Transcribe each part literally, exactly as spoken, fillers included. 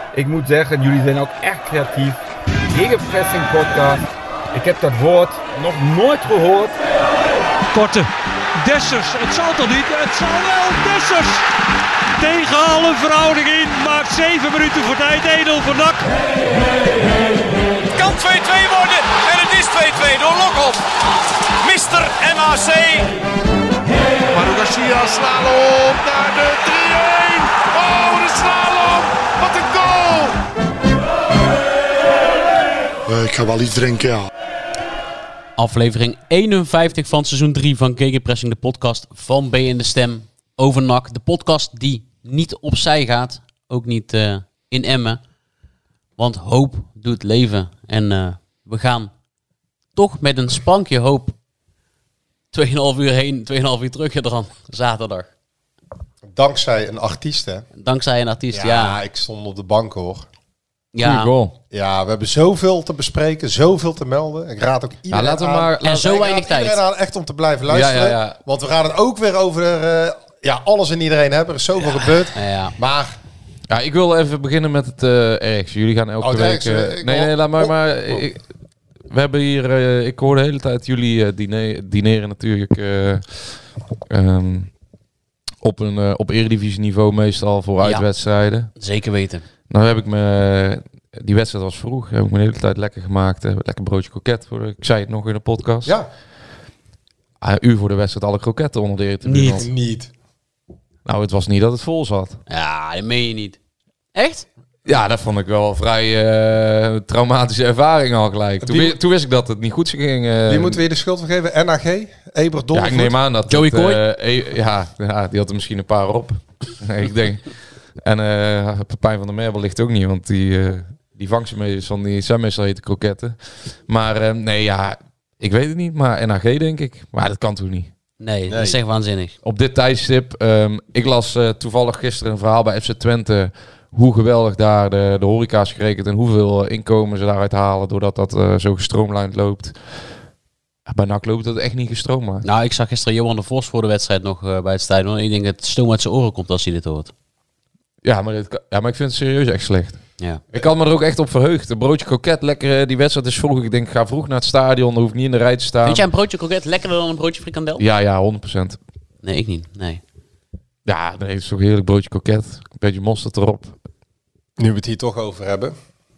Ik moet zeggen, jullie zijn ook echt creatief. Gegenpressing podcast. Ik heb dat woord nog nooit gehoord. Korte. Dessers. Het zal toch niet? Het zal wel. Dessers. Tegen alle verhouding in. Maakt zeven minuten voor tijd. één nul voor N A C. Het kan twee-twee worden. En het is twee-twee door Lokop. mister M A C. Manu Garcia, slalom naar de drie-een. Oh, de slalom. Wat een goal. Uh, ik ga wel iets drinken, ja. Aflevering eenenvijftig van seizoen drie van Gegenpressing, de podcast van B in de Stem over N A C. De podcast die niet opzij gaat, ook niet uh, in Emmen. Want hoop doet leven. En uh, we gaan toch met een sprankje hoop tweeënhalf uur heen, tweeënhalf uur terug gedaan, zaterdag. Dankzij een artiest, hè? Dankzij een artiest, ja. Ja, ik stond op de bank, hoor. Ja. Goal. Ja, we hebben zoveel te bespreken, zoveel te melden. Ik raad ook iedereen ja, laten we aan. maar, en zo weinig tijd. Iedereen aan echt om te blijven luisteren. Ja, ja, ja. Want we gaan het ook weer over uh, ja, alles en iedereen hebben. Er is zoveel ja. gebeurd. Ja, ja. Maar... Ja, ik wil even beginnen met het uh, ergste. Jullie gaan elke oh, week... Uh, nee, nee, nee, laat maar... maar oh. ik, we hebben hier... Uh, ik hoor de hele tijd jullie uh, diner, dineren natuurlijk... Uh, um, op een uh, op eredivisieniveau meestal voor uitwedstrijden. Ja, zeker weten. Nou heb ik me... Die wedstrijd was vroeg. Heb ik me de hele tijd lekker gemaakt. Uh, lekker broodje kroket. Voor de, ik zei het nog in de podcast. Ja. Uh, u voor de wedstrijd alle kroketten onder de eretribune. Niet. Niet. Nou, het was niet dat het vol zat. Ja, dat meen je niet. Echt? Ja, dat vond ik wel een vrij uh, traumatische ervaring al gelijk. Toen, wie, toen wist ik dat het niet goed ging. Uh, Wie moeten we je de schuld van geven? N A G? Ebert Dondervoet? Ja, ik neem aan dat... Joey Kooi? Uh, e- ja, ja, die had er misschien een paar op. Ik denk... En uh, Pepijn van der Merwel ligt ook niet, want die, uh, die vangt ze mee van die zijn meestal hete kroketten. Maar uh, nee, ja, ik weet het niet, maar N A G denk ik. Maar dat kan toch niet? Nee, nee. Dat is echt waanzinnig. Op dit tijdstip, um, ik las uh, toevallig gisteren een verhaal bij F C Twente... hoe geweldig daar de, de horeca is gerekend en hoeveel inkomen ze daaruit halen... doordat dat uh, zo gestroomlijnd loopt. Bij N A C loopt dat echt niet gestroomlijnd. Nou, ik zag gisteren Johan de Vos voor de wedstrijd nog uh, bij het stadion. Ik denk dat het stoom uit zijn oren komt als hij dit hoort. Ja, maar, dit, ja, maar ik vind het serieus echt slecht. Ja. Ik had me er ook echt op verheugd. Een broodje kroket, lekker. Die wedstrijd is vroeg. Ik denk, ik ga vroeg naar het stadion. Dan hoef ik niet in de rij te staan. Vind jij een broodje kroket lekkerder dan een broodje frikandel? Ja, ja, honderd procent. Nee, ik niet. Nee. Ja, dan heeft het toch een heerlijk broodje kroket. Een beetje mosterd erop. Nu we het hier toch over hebben.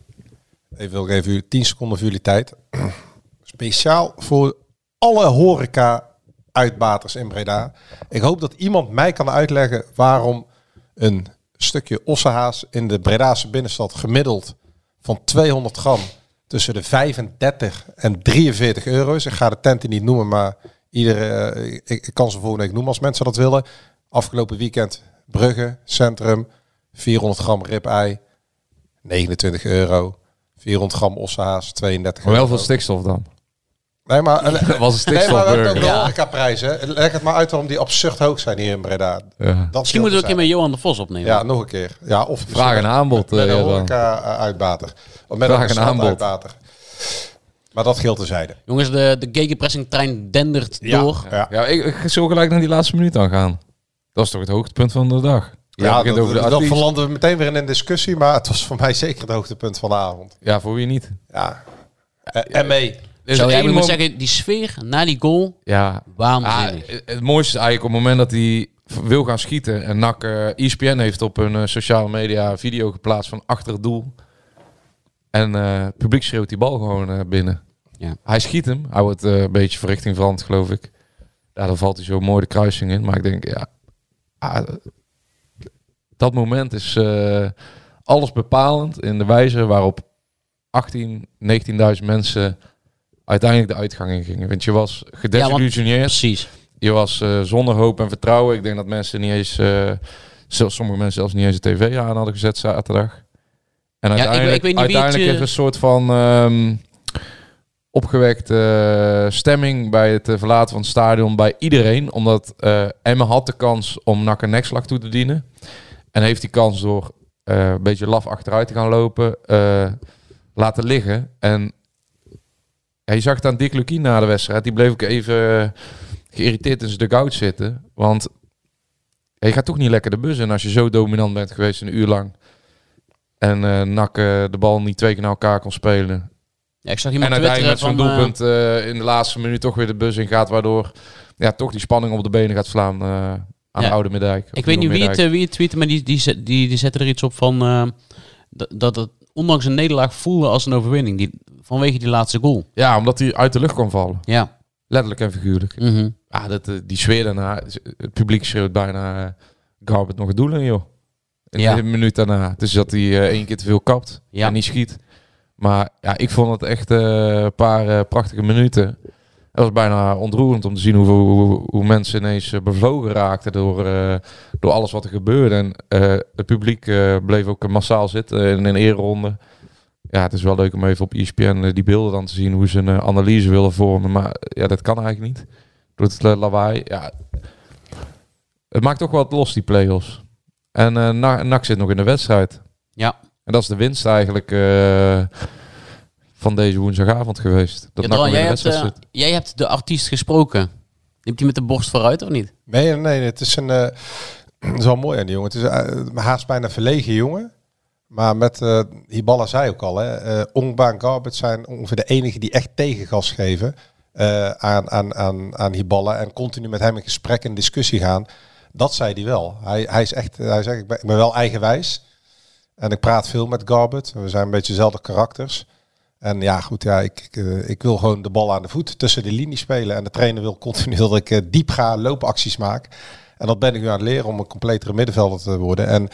Even wil ik even tien seconden voor jullie tijd. Speciaal voor alle horeca-uitbaters in Breda. Ik hoop dat iemand mij kan uitleggen waarom een stukje ossehaas in de Bredaanse binnenstad gemiddeld van tweehonderd gram tussen de vijfendertig en drieënveertig euro is. Ik ga de tenten niet noemen, maar iedere, uh, ik, ik kan ze volgende week noemen als mensen dat willen. Afgelopen weekend Brugge, Centrum, vierhonderd gram ribei, negenentwintig euro. vierhonderd gram ossehaas, tweeëndertig euro. Maar wel veel stikstof dan. Nee, maar dat was een stikstofburger. Nee, maar de horecaprijzen. Leg het maar uit waarom die absurd hoog zijn hier in Breda. Ja. Misschien moeten we ook een keer met Johan de Vos opnemen. Ja, nog een keer. Ja, of vraag en aanbod. Met, met uh, een horeca-uitbater. Of met vraag een en aanbod. Uitbater. Maar dat geldt terzijde. Jongens, de, de gegenpressing-trein dendert ja. door. Ja, ja ik, ik zo gelijk naar die laatste minuut aan gaan. Dat is toch het hoogtepunt van de dag. Ja, dat, over de dat verlanden we meteen weer in een discussie. Maar het was voor mij zeker het hoogtepunt van de avond. Ja, voor wie niet? Ja. En mee. Dus Zo, ja, ik moet mom- zeggen, die sfeer na die goal, ja, waanzinnig. Ah, het mooiste is eigenlijk op het moment dat hij wil gaan schieten. En N A C, uh, E S P N heeft op hun uh, sociale media een video geplaatst van achter het doel. En uh, het publiek schreeuwt die bal gewoon uh, binnen. Ja. Hij schiet hem. Hij wordt uh, een beetje verrichting veranderd, geloof ik. Ja, dan valt hij zo mooi de kruising in. Maar ik denk, ja... Ah, dat moment is uh, alles bepalend in de wijze waarop achttien, negentienduizend mensen uiteindelijk de uitgang in gingen. Want je was gedesillusioneerd. Ja, precies. Je was uh, zonder hoop en vertrouwen. Ik denk dat mensen niet eens... Uh, zelfs, sommige mensen zelfs niet eens de tv aan hadden gezet zaterdag. En ja, uiteindelijk, ik, ik weet niet uiteindelijk je... is er een soort van um, opgewekte uh, stemming bij het uh, verlaten van het stadion bij iedereen. Omdat uh, Emmen had de kans om N A C een nekslag toe te dienen. En heeft die kans door uh, een beetje laf achteruit te gaan lopen, uh, laten liggen. En ja, je zag het aan Dick Lukien na de wedstrijd. Die bleef ook even uh, geïrriteerd in zijn dugout zitten. Want ja, je gaat toch niet lekker de bus in als je zo dominant bent geweest een uur lang. En uh, N A C uh, de bal niet twee keer naar elkaar kon spelen. Ja, ik zag iemand en uiteindelijk met zo'n van, doelpunt uh, in de laatste minuut toch weer de bus in gaat. Waardoor ja, toch die spanning op de benen gaat slaan uh, aan ja. de Oude Middijk. Ik weet niet wie het, uh, wie het tweette, maar die, die, die, die, die zette er iets op van... Uh, dat, dat het ondanks een nederlaag voelde als een overwinning. Die, vanwege die laatste goal. Ja, omdat hij uit de lucht kon vallen. Ja. Letterlijk en figuurlijk. Mm-hmm. Ja, dat, die sfeer daarna. Het publiek schreeuwt bijna... Uh, Garbert nog het doel in, joh. In ja. een minuut daarna. Dus dat hij uh, één keer te veel kapt ja. en niet schiet. Maar ja, ik vond het echt uh, een paar uh, prachtige minuten. Het was bijna ontroerend om te zien hoe, hoe, hoe mensen ineens uh, bevlogen raakten door, uh, door alles wat er gebeurde. En uh, het publiek uh, bleef ook massaal zitten in een ereronde. Ja, het is wel leuk om even op E S P N uh, die beelden dan te zien hoe ze een uh, analyse willen vormen. Maar ja, dat kan eigenlijk niet. Door het uh, lawaai. Ja, het maakt toch wel wat los, die play-offs. En uh, N A C zit nog in de wedstrijd. Ja. En dat is de winst eigenlijk uh, van deze woensdagavond geweest. Dat ja, N A C nog in jij, de hebt, wedstrijd uh, zit. jij hebt de artiest gesproken. Hebt hij met de borst vooruit of niet? Nee, nee, nee. Het is een... Uh, het is wel mooi aan die jongen. Het is uh, haast bijna verlegen jongen. Maar met uh, Hiballa zei ook al, hè, uh, Ongba en Garbert zijn ongeveer de enigen die echt tegengas geven uh, aan, aan, aan, aan Hiballa en continu met hem in gesprek en discussie gaan. Dat zei hij wel. Hij, hij is echt, hij zegt, ik ben, ik ben wel eigenwijs en ik praat veel met Garbert. We zijn een beetje dezelfde karakters. En ja, goed, ja, ik, ik, uh, ik wil gewoon de bal aan de voet tussen de linie spelen en de trainer wil continu dat ik uh, diep ga, loopacties maak. En dat ben ik nu aan het leren om een completere middenvelder te worden. En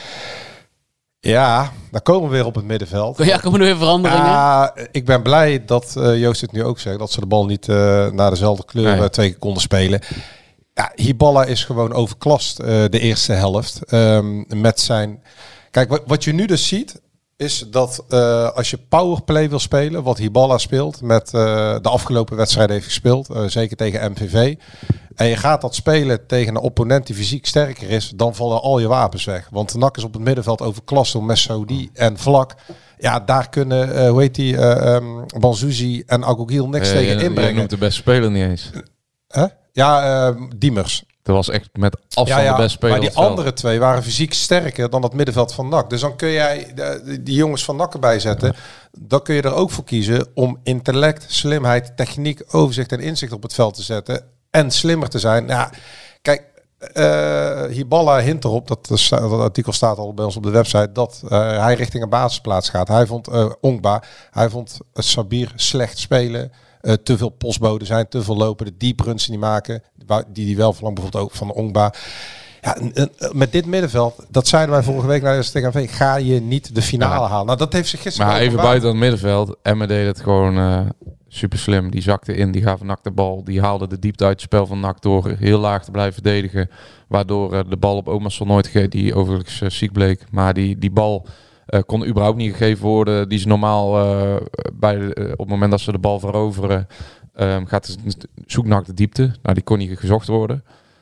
ja, dan komen we weer op het middenveld. Ja, komen er weer veranderingen? Ja, ik ben blij dat uh, Joost het nu ook zegt. Dat ze de bal niet uh, naar dezelfde kleur nee. twee keer konden spelen. Ja, Hiballa is gewoon overklast uh, de eerste helft. Um, met zijn... Kijk, wat, wat je nu dus ziet, is dat uh, als je powerplay wil spelen, wat Hiballa speelt, met uh, de afgelopen wedstrijd heeft gespeeld, uh, zeker tegen M V V. En je gaat dat spelen tegen een opponent die fysiek sterker is, dan vallen al je wapens weg. Want de N A C is op het middenveld overklast door Messoudi en Vlak. Ja, daar kunnen, uh, hoe heet die, uh, um, Banzuzi en Agogiel niks uh, tegen je, inbrengen. Je noemt de beste speler niet eens. Huh? Ja, uh, Diemers. Dat was echt met afstand ja, ja, de beste speler. Maar die andere twee waren fysiek sterker dan het middenveld van N A C. Dus dan kun jij de, die jongens van N A C erbij zetten. Dan kun je er ook voor kiezen om intellect, slimheid, techniek, overzicht en inzicht op het veld te zetten. En slimmer te zijn. Ja, kijk, uh, Hiballa hint erop, dat, dat artikel staat al bij ons op de website, dat uh, hij richting een basisplaats gaat. Hij vond uh, Ongba, hij vond uh, Sabir slecht spelen. Uh, te veel postboden zijn, te veel lopen, de deep runs die maken, die die wel verlang bijvoorbeeld ook van Ongba. Ja, met dit middenveld, dat zeiden wij vorige week naar de tegen M V, ga je niet de finale ja. halen. Nou, dat heeft zich gisteren. Maar even buiten het middenveld, Emma deed het gewoon uh, super slim. Die zakte in, die gaf N A C de bal, die haalde de diepte uit het spel van N A C door heel laag te blijven verdedigen, waardoor uh, de bal op Omerson nooit gegeven, die overigens uh, ziek bleek, maar die, die bal Uh, kon überhaupt niet gegeven worden. Die is normaal uh, bij de, uh, op het moment dat ze de bal veroveren, um, gaat het zoek naar de diepte. Nou, die kon niet gezocht worden.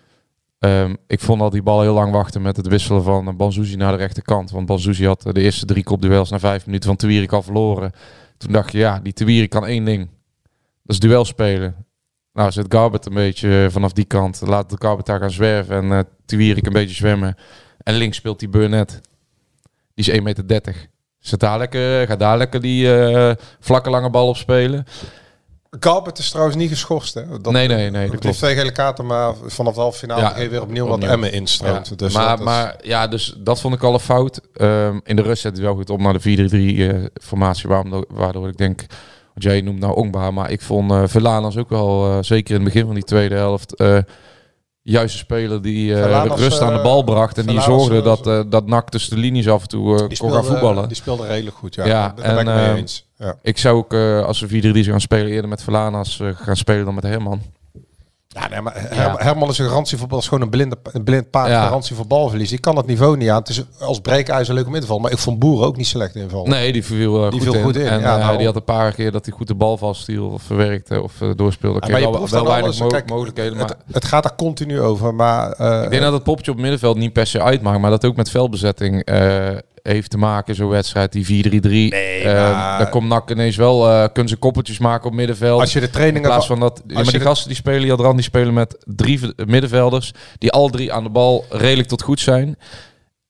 Um, ik vond dat die bal heel lang wachten met het wisselen van uh, Banzuzi naar de rechterkant. Want Banzuzi had uh, de eerste drie kopduels na vijf minuten van Tewierik al verloren. Toen dacht je, ja, die Tewierik kan één ding. Dat is duel spelen. Nou, zit Garbert een beetje uh, vanaf die kant. Laat de Garbert daar gaan zwerven en uh, Tewierik een beetje zwemmen. En links speelt die Burnett. Die is één meter dertig. Zet daar lekker, ga daar lekker die uh, vlakke lange bal op spelen. Garbert is trouwens niet geschorst. Hè? Dat, nee, nee, nee. Dat heeft twee gele kaarten, maar vanaf de halve finale ja, ga je weer opnieuw, opnieuw. wat Emmen instroomt. Ja. Dus maar, dat maar is... ja, dus dat vond ik al een fout. Um, in de rust zet hij wel goed op naar de vier drie drie uh, formatie. Waarom, waardoor ik denk, wat jij noemt nou Ongba, maar ik vond uh, Verlanas ook wel, uh, zeker in het begin van die tweede helft, uh, juiste speler die uh, Verlanas, rust aan de bal bracht. En Verlanas, die zorgde uh, dat, uh, dat N A C tussen de linies af en toe uh, kon speelde, gaan voetballen. Die speelde redelijk goed, ja. ja Daar en, ben ik mee uh, eens. Ja. Ik zou ook, uh, als we vier drie drie gaan spelen, eerder met Verlanas uh, gaan spelen dan met Herman. Ja, nee, maar Her ja. Herman is een garantie voor, dat is gewoon een, blinde, een blind paard, ja. garantie voor balverlies. Ik kan het niveau niet aan. Het is als breekijzer leuk om in te vallen, maar ik vond Boeren ook niet slecht invallen. Nee, die viel, uh, die goed, viel in. goed in. En ja, uh, nou, die had een paar keer dat hij goed de bal vasthield of verwerkte of uh, doorspeelde. Ja, maar je wel, wel weinig mo kijk, mogelijkheden. Maar het, het gaat er continu over. Maar, uh, ik denk dat het poppetje op het middenveld niet per se uitmaakt, maar dat ook met veldbezetting uh, heeft te maken, zo'n wedstrijd, die vier drie drie. Nee, uh, maar... Dan komt N A C ineens wel, uh, kunnen ze koppeltjes maken op middenveld. Als je de trainingen... In plaats van dat... Ja, maar die de... gasten die spelen, Jadran, die spelen met drie middenvelders, die alle drie aan de bal redelijk tot goed zijn.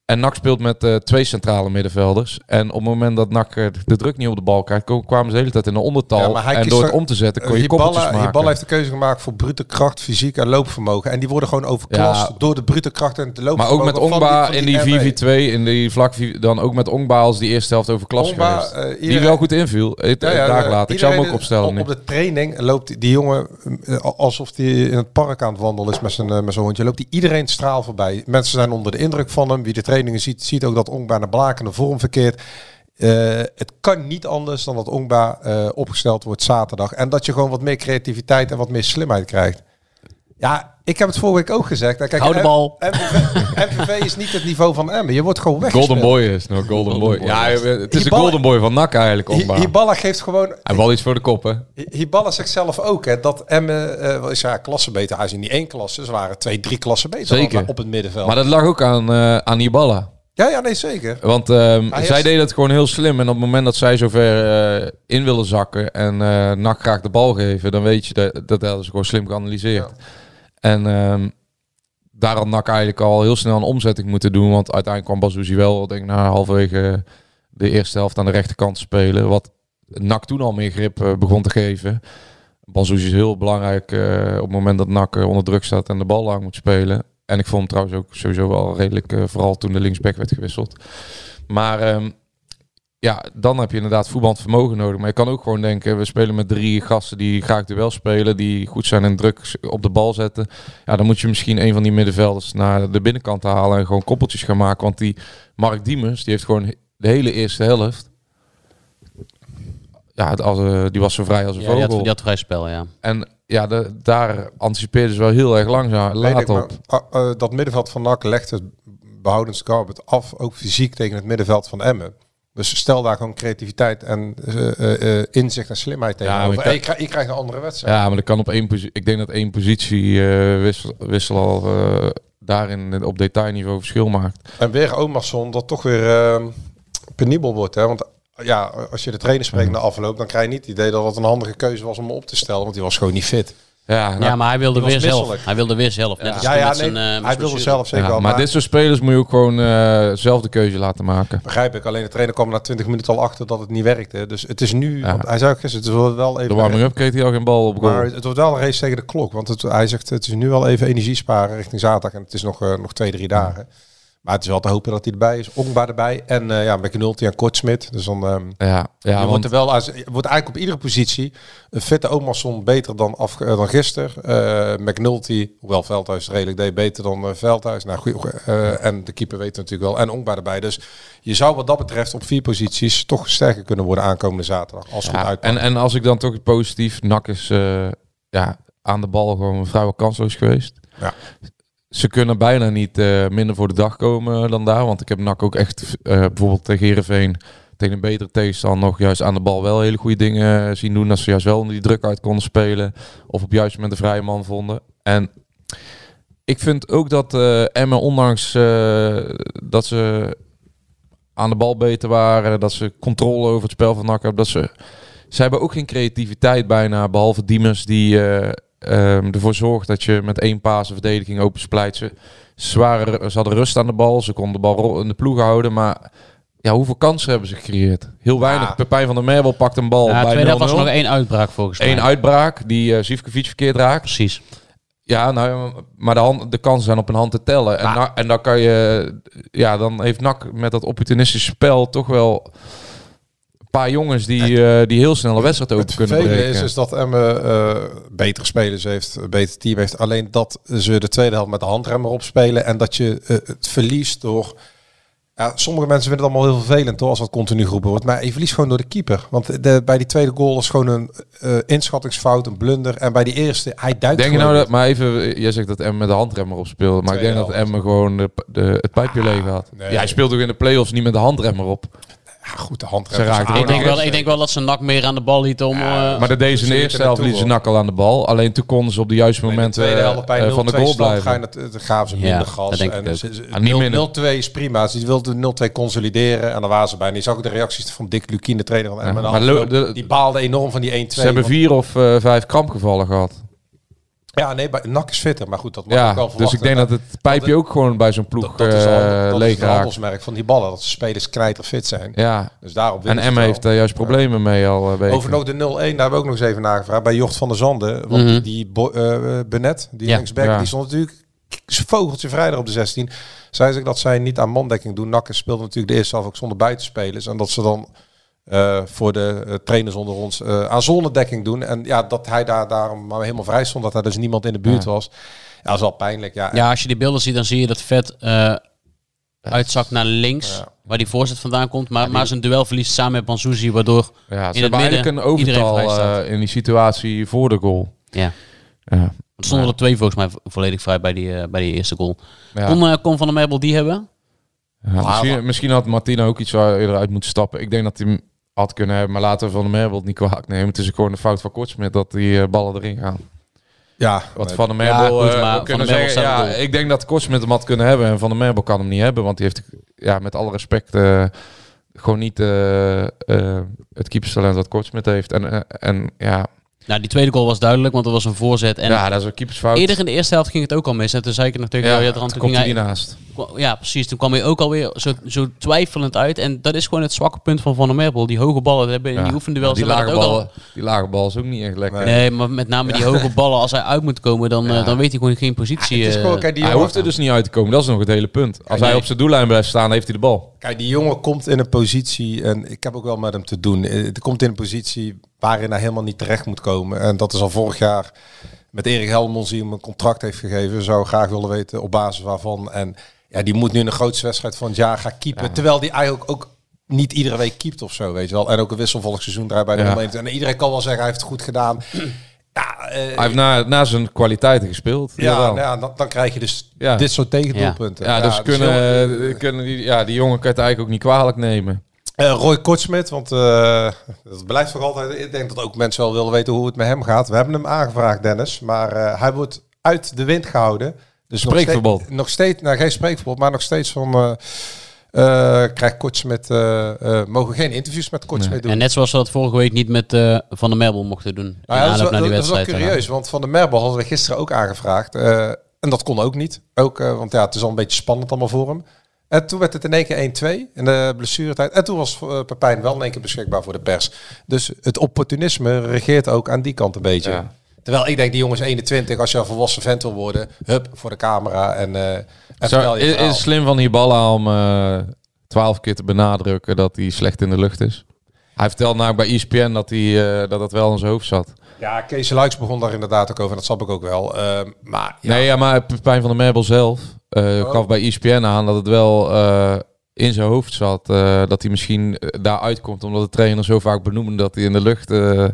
En N A C speelt met uh, twee centrale middenvelders. En op het moment dat N A C uh, de druk niet op de bal krijgt, kwamen ze de hele tijd in een ondertal. Ja, maar en door het om te zetten kon je uh, koppeltjes maken. Hiballa heeft de keuze gemaakt voor brute kracht, fysiek en loopvermogen. En die worden gewoon overklast ja. door de brute kracht en de loopvermogen. Maar ook met Ongba in die vier vier twee, in die vlak dan ook met Ongba als die eerste helft overklast Ongba, geweest. Uh, iedereen, die wel goed inviel. Ja, ja, dag later. Ik zou hem ook opstellen. Op, op de training loopt die jongen uh, alsof hij in het park aan het wandelen is met zijn, uh, met zijn hondje. Loopt hij iedereen straal voorbij. Mensen zijn onder de indruk van hem. Wie de trainingen ziet, ziet ook dat Ongba naar blakende vorm verkeert. Uh, het kan niet anders dan dat Ongba uh, opgesteld wordt zaterdag. En dat je gewoon wat meer creativiteit en wat meer slimheid krijgt. Ja, ik heb het vorige week ook gezegd. Kijk, Hou de bal. M V V is niet het niveau van Emmen. Je wordt gewoon weggespeeld. Golden Boy is nog Golden, Golden Boy. Boy. Ja, het is de Golden Boy van N A C eigenlijk. Ongba. Hiballa geeft gewoon... Hij bal iets voor de kop, hè? Hiballa zegt zelf ook, hè, dat Emmen uh, is ja klasse beter. Hij is in die één klasse. Ze waren twee, drie klassen beter. Zeker. Op het middenveld. Maar dat lag ook aan, uh, aan Hiballa. Ja, ja, nee, zeker. Want um, zij heeft... deden het gewoon heel slim. En op het moment dat zij zover uh, in willen zakken en uh, N A C graag de bal geven, dan weet je dat dat hadden ze gewoon slim geanalyseerd. Ja. En um, daar had N A C eigenlijk al heel snel een omzetting moeten doen. Want uiteindelijk kwam Bazouzi wel, denk ik, na halverwege de eerste helft aan de rechterkant spelen. Wat N A C toen al meer grip uh, begon te geven. Bazouzi is heel belangrijk uh, op het moment dat N A C uh, onder druk staat en de bal lang moet spelen. En ik vond hem trouwens ook sowieso wel redelijk, uh, vooral toen de linksback werd gewisseld. Maar um, ja, dan heb je inderdaad voetballend vermogen nodig. Maar je kan ook gewoon denken, we spelen met drie gasten die graag duel spelen, die goed zijn en druk op de bal zetten. Ja, dan moet je misschien een van die middenvelders naar de binnenkant halen en gewoon koppeltjes gaan maken. Want die Mark Diemers, die heeft gewoon de hele eerste helft. Ja, het, als, uh, die was zo vrij als een ja, vogel. Die had, die had vrij spel, ja. En ja, de, daar anticipeerden ze wel heel erg langzaam laat op. Maar, uh, uh, dat middenveld van N A C legt het behoudend Scarpet af, ook fysiek tegen het middenveld van Emmen. Dus stel daar gewoon creativiteit en uh, uh, uh, inzicht en slimheid tegenover. Ja, kan... je, krijg, je krijgt een andere wedstrijd. Ja, maar dat kan op één positie. Ik denk dat één positie uh, wissel, wissel al uh, daarin op detailniveau verschil maakt. En weer Omarsson, dat toch weer uh, penibel wordt, hè? Want ja, als je de trainer spreekt na afloop, dan krijg je niet het idee dat het een handige keuze was om hem op te stellen, want die was gewoon niet fit. Ja, nou, ja, maar hij wilde weer zelf. Hij wilde weer zelf. Net ja, ja, nee, zijn, uh, hij wilde zelf zeker ja, wel. Maar, maar dit soort spelers moet je ook gewoon uh, zelf de keuze laten maken. Begrijp ik. Alleen de trainer kwam na twintig minuten al achter dat het niet werkte. Dus het is nu, ja. want hij zei ook gisteren, het wordt wel even... De warming-up kreeg hij al geen bal op goal. Maar het wordt wel een race tegen de klok. Want het, hij zegt, het is nu wel even energie sparen richting zaterdag. En het is nog, uh, nog twee, drie dagen. Maar het is wel te hopen dat hij erbij is. Ongba erbij. En uh, ja, McNulty en Kortsmit. Dus dan um, ja, ja, je want... wordt er wel als, je wordt eigenlijk op iedere positie een fitte Omarsson beter dan, af, uh, dan gisteren. Uh, McNulty, hoewel Veldhuis redelijk deed, beter dan uh, Veldhuis. Nou, goed, uh, en de keeper weet natuurlijk wel. En Ongba erbij. Dus je zou wat dat betreft op vier posities toch sterker kunnen worden aankomende zaterdag. Als het ja, goed uitpakt. En, en als ik dan toch positief, N A C is uh, ja, aan de bal gewoon vrijwel kansloos geweest. Ja. Ze kunnen bijna niet uh, minder voor de dag komen dan daar. Want ik heb N A C ook echt uh, bijvoorbeeld tegen Heerenveen, tegen een betere tegenstander, nog juist aan de bal wel hele goede dingen zien doen. Dat ze juist wel onder die druk uit konden spelen. Of op juist moment de vrije man vonden. En ik vind ook dat uh, Emmen, ondanks uh, dat ze aan de bal beter waren, dat ze controle over het spel van N A C hebben, dat ze... Ze hebben ook geen creativiteit bijna, behalve Diemers die... Uh, Um, ervoor zorgt dat je met één paas de verdediging opensplijt. Ze, ze, waren, ze hadden rust aan de bal. Ze konden de bal in de ploeg houden. Maar ja, hoeveel kansen hebben ze gecreëerd? Heel weinig. Ja. Pepijn van der Merwel pakt een bal. Ja, bij tweede was er nog één uitbraak volgens mij. Eén uitbraak die uh, Zivkovic verkeerd raakt. Precies. Ja, nou, maar de, hand, de kansen zijn op een hand te tellen. En, na, en dan kan je... Ja, dan heeft N A C met dat opportunistische spel toch wel... paar jongens die, uh, die heel snel een wedstrijd open kunnen breken. Het is, is dat Emmen uh, betere spelers heeft, een beter team heeft. Alleen dat ze de tweede helft met de handrem erop spelen. En dat je uh, het verliest door... Ja, sommige mensen vinden het allemaal heel vervelend hoor, als dat continu geroepen wordt. Maar je verliest gewoon door de keeper. Want de, bij die tweede goal is gewoon een uh, inschattingsfout, een blunder. En bij die eerste, hij duikt denk je nou dat, maar even, jij zegt dat Emmen met de handrem erop speelde. Maar tweede ik denk helft. dat Emmen gewoon de, de, het pijpje ah, leeg had. Nee. Ja, hij speelt ook in de play-offs niet met de handrem erop. Ja, goed, de hand. Ik denk, wel, ik denk wel dat ze N A C meer aan de bal lieten om... Ja, uh, maar dat deze in de eerste helft lieten ze N A C al aan de bal. Alleen toen konden ze op de juiste moment uh, uh, van de goal blijven. Dan gaven ze minder ja, gas. En nul twee is prima. Ze wilden nul twee consolideren en dan waren ze bijna. Je zag ook de reacties van Dick Lukien, de trainer van Emmen. Ja, de, die baalde enorm van die één twee. Ze hebben vier of uh, vijf krampgevallen gehad. Ja, nee, bij N A C is fitter, maar goed, dat mag Ja, ook wel dus verwachten. ik denk dat het pijpje dat- ook gewoon bij zo'n ploeg Dat, dat is, al, uh, dat leeg is het raakt. handelsmerk van die ballen, dat de spelers knijterfit zijn. Ja, Dus daarop en winnen ze Emma het heeft wel. daar juist problemen mee al uh, weken. Over nog de nul één, daar hebben we ook nog eens even nagevraagd. Bij Jocht van der Zanden, want Mhm. die Bo- uh, Benet, die Ja. linksback, Ja. die stond natuurlijk vogeltje vrijdag op de zestien. Zei ze dat zij niet aan mandekking doen. N A C speelde natuurlijk de eerste half ook zonder buitenspelers. En dat ze dan uh, voor de uh, trainers onder ons uh, aan zonnedekking doen. En ja, dat hij daar daarom maar helemaal vrij stond. Dat er dus niemand in de buurt Ja. was. Ja, dat is wel pijnlijk. Ja, Ja, als je die beelden ziet, dan zie je dat Vet uh, uitzakt naar links, Ja. waar die voorzet vandaan komt. Maar, maar zijn duel verliest samen met Banzuzi, waardoor Ja, ze in het hebben eigenlijk midden een iedereen overtal vrij staat. uh, in die situatie voor de goal. Ja. Ja. Er stonden er twee volgens mij vo- volledig vrij bij die, uh, bij die eerste goal. Ja. Kon, uh, kon Van der Merbel die hebben? Ja, misschien, misschien had Martina ook iets waar eerder uit moeten stappen. Ik denk dat hij hem had kunnen hebben, maar laten we Van der Merbel het niet kwalijk nemen. Het is gewoon een fout van Kortsmit dat die uh, ballen erin gaan. ja Wat nee, Van der Merbel Ja, goed, uh, maar we Van kunnen der Merbel zeggen, staat ja, op doel. ik denk dat Kortsmit hem had kunnen hebben en Van der Merbel kan hem niet hebben, want die heeft ja, met alle respect uh, gewoon niet uh, uh, het keeperstalent dat Kortsmit heeft. En, uh, en ja, Nou, die tweede goal was duidelijk, want er was een voorzet. En ja, dat is een keepersfout. eerder in de eerste helft ging het ook al mis. En toen zei ik het nog tegen ja, jou, ja, toen Rand, toen komt ging hij hij, hiernaast. ja, precies. Toen kwam hij ook alweer zo, zo twijfelend uit. En dat is gewoon het zwakke punt van Van der Merbel. Die hoge ballen, dat hebben in Ja. die oefenduels die, hebben we lage dat ook ballen, die lage bal is ook niet echt lekker. al. Nee, maar met name die hoge ballen, als hij uit moet komen, dan, Ja. uh, dan weet hij gewoon geen positie. het is uh, gewoon, kijk, die Hij jongen, hoeft er dus niet uit te komen, dat is nog het hele punt. Als nee. hij op zijn doellijn blijft staan, heeft hij de bal. Kijk, die jongen komt in een positie, en ik heb ook wel met hem te doen. Het komt in een positie waarin hij helemaal niet terecht moet komen. En dat is al vorig jaar met Erik Helmond, die hem een contract heeft gegeven. Zou graag willen weten op basis waarvan. En ja, die moet nu in de grootste wedstrijd van het jaar gaan keepen. Ja. Terwijl die eigenlijk ook niet iedere week keept of zo, weet je wel. En ook een wisselvallig seizoen draait bij de Ja. ja. En iedereen kan wel zeggen, hij heeft het goed gedaan. Ja, uh, Hij heeft na, na zijn kwaliteiten gespeeld. ja, jawel. nou ja dan, dan krijg je dus Ja. dit soort tegendoelpunten. Ja, dus, kunnen, heel- eh, kunnen die, ja, die jongen kan het eigenlijk ook niet kwalijk nemen. Uh, Roy Kortsmit, want uh, dat blijft toch altijd... Ik denk dat ook mensen wel willen weten hoe het met hem gaat. We hebben hem aangevraagd, Dennis. Maar uh, hij wordt uit de wind gehouden. Dus Spreekverbod. Nog steeds, nog steeds nou, geen spreekverbod, maar nog steeds van... Uh, uh, krijgt Kortsmit... Uh, uh, mogen geen interviews met Kortsmit Nee. doen. En net zoals we dat vorige week niet met uh, Van der Merbel mochten doen. Nou in ja, dat, is aanloop wel, naar die dat is wel wedstrijd. curieus, want Van der Merbel hadden we gisteren ook aangevraagd. Uh, en dat kon ook niet. Ook, uh, want ja, het is al een beetje spannend allemaal voor hem. En toen werd het in één keer één twee in de blessuretijd. En toen was uh, Pepijn wel in één keer beschikbaar voor de pers. Dus het opportunisme regeert ook aan die kant een beetje. Ja. Terwijl ik denk, die jongens eenentwintig, als je een volwassen vent wil worden, hup, voor de camera en, uh, en Zo, vertel je is, is verhaal. het slim van Hiballa om uh, twaalf keer te benadrukken dat hij slecht in de lucht is? Hij vertelde nou bij E S P N dat, hij, uh, dat dat wel in zijn hoofd zat. Ja, Kees Luijks begon daar inderdaad ook over. En dat snap ik ook wel. Uh, maar ja. Nee, ja, maar Pepijn van der Merbel zelf uh, Oh. gaf bij E S P N aan dat het wel uh, in zijn hoofd zat. Uh, dat hij misschien uh, daar uitkomt omdat de trainer zo vaak benoemde dat hij in de lucht uh, uh,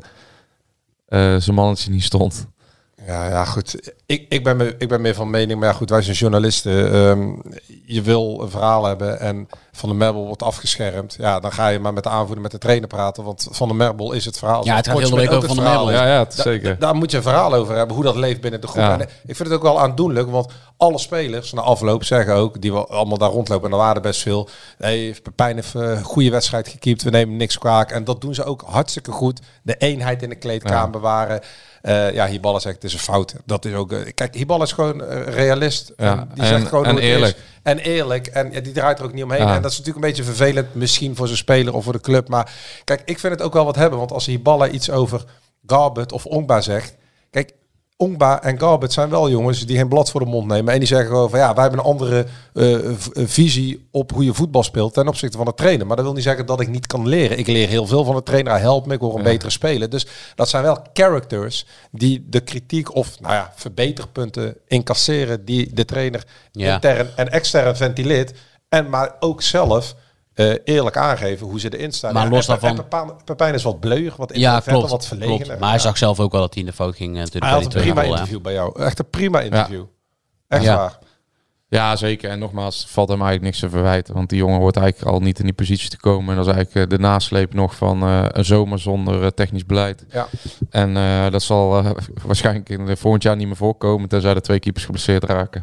zijn mannetje niet stond. Ja, ja, goed. Ik, ik, ben me, ik ben meer van mening, maar ja, goed, wij zijn journalisten. Um, je wil een verhaal hebben en Van der Merbel wordt afgeschermd. Ja, dan ga je maar met de aanvoerder, met de trainer praten, want Van der Merbel is het verhaal. Ja, het gaat Kortsmit heel de week ook over het Van der verhaal Merbel. is. Ja, ja, het is Da- zeker. Daar moet je een verhaal over hebben, hoe dat leeft binnen de groep. Ja. En ik vind het ook wel aandoenlijk, want alle spelers na afloop zeggen ook, die we allemaal daar rondlopen, en er waren er best veel. Hey, Pepijn heeft een goede wedstrijd gekiept, we nemen niks kwalijk. En dat doen ze ook hartstikke goed. De eenheid in de kleedkamer Ja. bewaren. Uh, ja, Hiballa zegt het is een fout. Dat is ook. Uh, kijk, Hiballa is gewoon uh, realist. Ja, En die en- zegt gewoon en hoe het eerlijk. is. En eerlijk. En ja, die draait er ook niet omheen. Ja. En dat is natuurlijk een beetje vervelend, misschien voor zijn speler of voor de club. Maar kijk, ik vind het ook wel wat hebben. Want als Hiballa iets over Garbert of Ongba zegt. Kijk, Ongba en Garbert zijn wel jongens die geen blad voor de mond nemen. En die zeggen gewoon van ja, wij hebben een andere uh, v- visie op hoe je voetbal speelt ten opzichte van de trainer. Maar dat wil niet zeggen dat ik niet kan leren. Ik leer heel veel van de trainer. Hij helpt me, ik word een Ja. betere speler. Dus dat zijn wel characters die de kritiek of nou ja, verbeterpunten incasseren die de trainer Ja. intern en extern ventileert. En maar ook zelf uh, eerlijk aangeven hoe ze erin staan. Maar Ja, los en, daarvan- en Pepijn, Pepijn is wat bleuig, wat Ja, introverter, klopt. wat verlegener. klopt. Maar hij zag zelf ook wel dat hij in de fout ging. Uh, natuurlijk Hij bij had die een prima tweede goal, interview bij jou. Echt een prima interview. Echt Ja. waar. Ja, zeker. En nogmaals, valt hem eigenlijk niks te verwijten. Want die jongen hoort eigenlijk al niet in die positie te komen. En dat is eigenlijk uh, de nasleep nog van uh, een zomer zonder uh, technisch beleid. Ja. En uh, dat zal uh, waarschijnlijk in de volgend jaar niet meer voorkomen. Tenzij de twee keepers geblesseerd raken.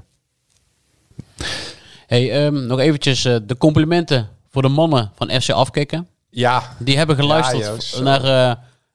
Hey, um, nog eventjes uh, de complimenten voor de mannen van F C Afkikken. Ja. Die hebben geluisterd Ja, Joost. naar uh,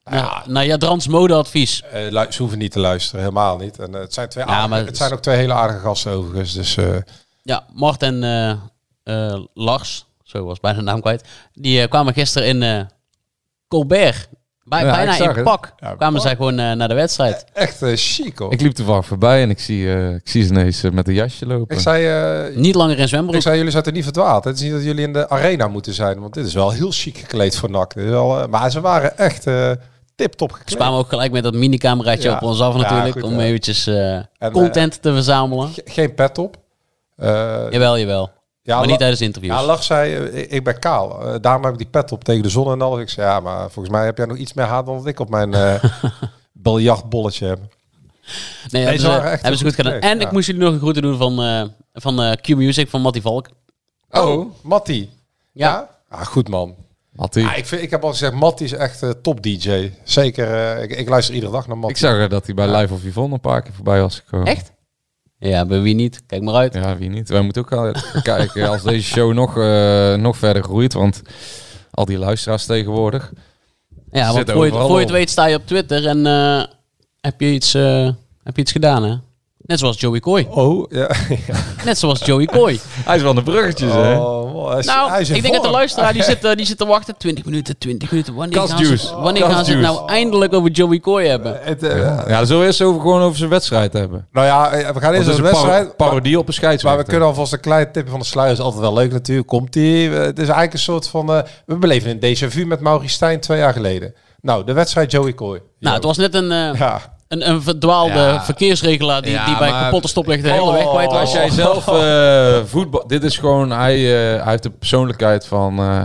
Nou, nou ja, Drans modeadvies. Uh, lu- ze hoeven niet te luisteren, helemaal niet. En uh, het zijn twee Ja, aardige, maar het het zijn is- ook twee hele aardige gasten overigens. Dus uh, Ja, Mart en eh, eh, Lars, zo was bijna de naam kwijt, die eh, kwamen gisteren in eh, Colbert. Bij, Ja, bijna ik zag in het. pak Ja, kwamen pak. zij gewoon eh, naar de wedstrijd. echt uh, chic hoor. Ik liep toevallig voorbij en ik zie, uh, ik zie ze ineens uh, met een jasje lopen. Ik zei, uh, Niet langer in zwembroek. ik zei, jullie zijn er niet verdwaald. Het is niet dat jullie in de arena moeten zijn. Want dit is wel heel chic gekleed voor N A C. Dit is wel, uh, maar ze waren echt uh, tip-top Ze gekleed. kwamen ook gelijk met dat minicameraatje Ja. op ons af natuurlijk. Ja, goed, om ja. eventjes uh, En, content te verzamelen. Ge- geen pet op. Uh, Jawel, jawel. ja, maar La- niet tijdens interviews. Ja, Lach zei, uh, ik, ik ben kaal. Uh, daarom heb ik die pet op tegen de zon en alles. Ik zei, ja, maar volgens mij heb jij nog iets meer haar dan dat ik op mijn uh, biljartbolletje heb. nee, hebben ze ze, waren echt hebben ze goed goed gedaan. gekleed, En ja. ik moest jullie nog een groeten doen van, uh, van uh, Q-Music, van Matty Valk. Oh, Matty. Ja. Ja? Ah, goed man. Mattie. Ja, ik, vind, ik heb al gezegd, Matty is echt uh, top D J. Zeker, uh, ik, ik luister iedere dag naar Matty. Ik zag uh, dat hij bij Live of Yvonne een paar keer voorbij was gekomen. Echt? Ja, bij wie niet? Kijk maar uit. Ja, wie niet. Wij moeten ook wel kijken als deze show nog, uh, nog verder groeit. Want al die luisteraars tegenwoordig. Ja, want zitten voor je, overal voor je het op. weet sta je op Twitter en uh, heb, je iets, uh, heb je iets gedaan, hè? Net zoals Joey Coy. Oh, ja. Net zoals Joey Coy. Hij is wel de bruggetjes, hè? Oh, hij is, Nou, hij is in ik denk dat de vorm. luisteraar die zit, uh, die zit te wachten. twintig minuten, twintig minuten. Wanneer gaan ze, Kastjuice. wanneer gaan ze het nou eindelijk over Joey Coy hebben? Het, uh, Ja, dan zullen we eerst over, gewoon over zijn wedstrijd hebben. Nou ja, we gaan Dat eerst is een een wedstrijd. par- parodie op een Maar scheidsrechter. we kunnen alvast een klein tipje van de sluier. Is altijd wel leuk natuurlijk. Komt die? Het is eigenlijk een soort van... Uh, we beleven een déjà vu met Maurice Stijn twee jaar geleden. Nou, de wedstrijd Joey Coy. Nou, het was net een, uh, Ja. een, een verdwaalde Ja. verkeersregelaar die, Ja, die bij maar- kapotte stoplichten de hele Oh, weg kwijt was. Als jij zelf uh, voetbal... Dit is gewoon... Hij, uh, hij heeft de persoonlijkheid van... Uh,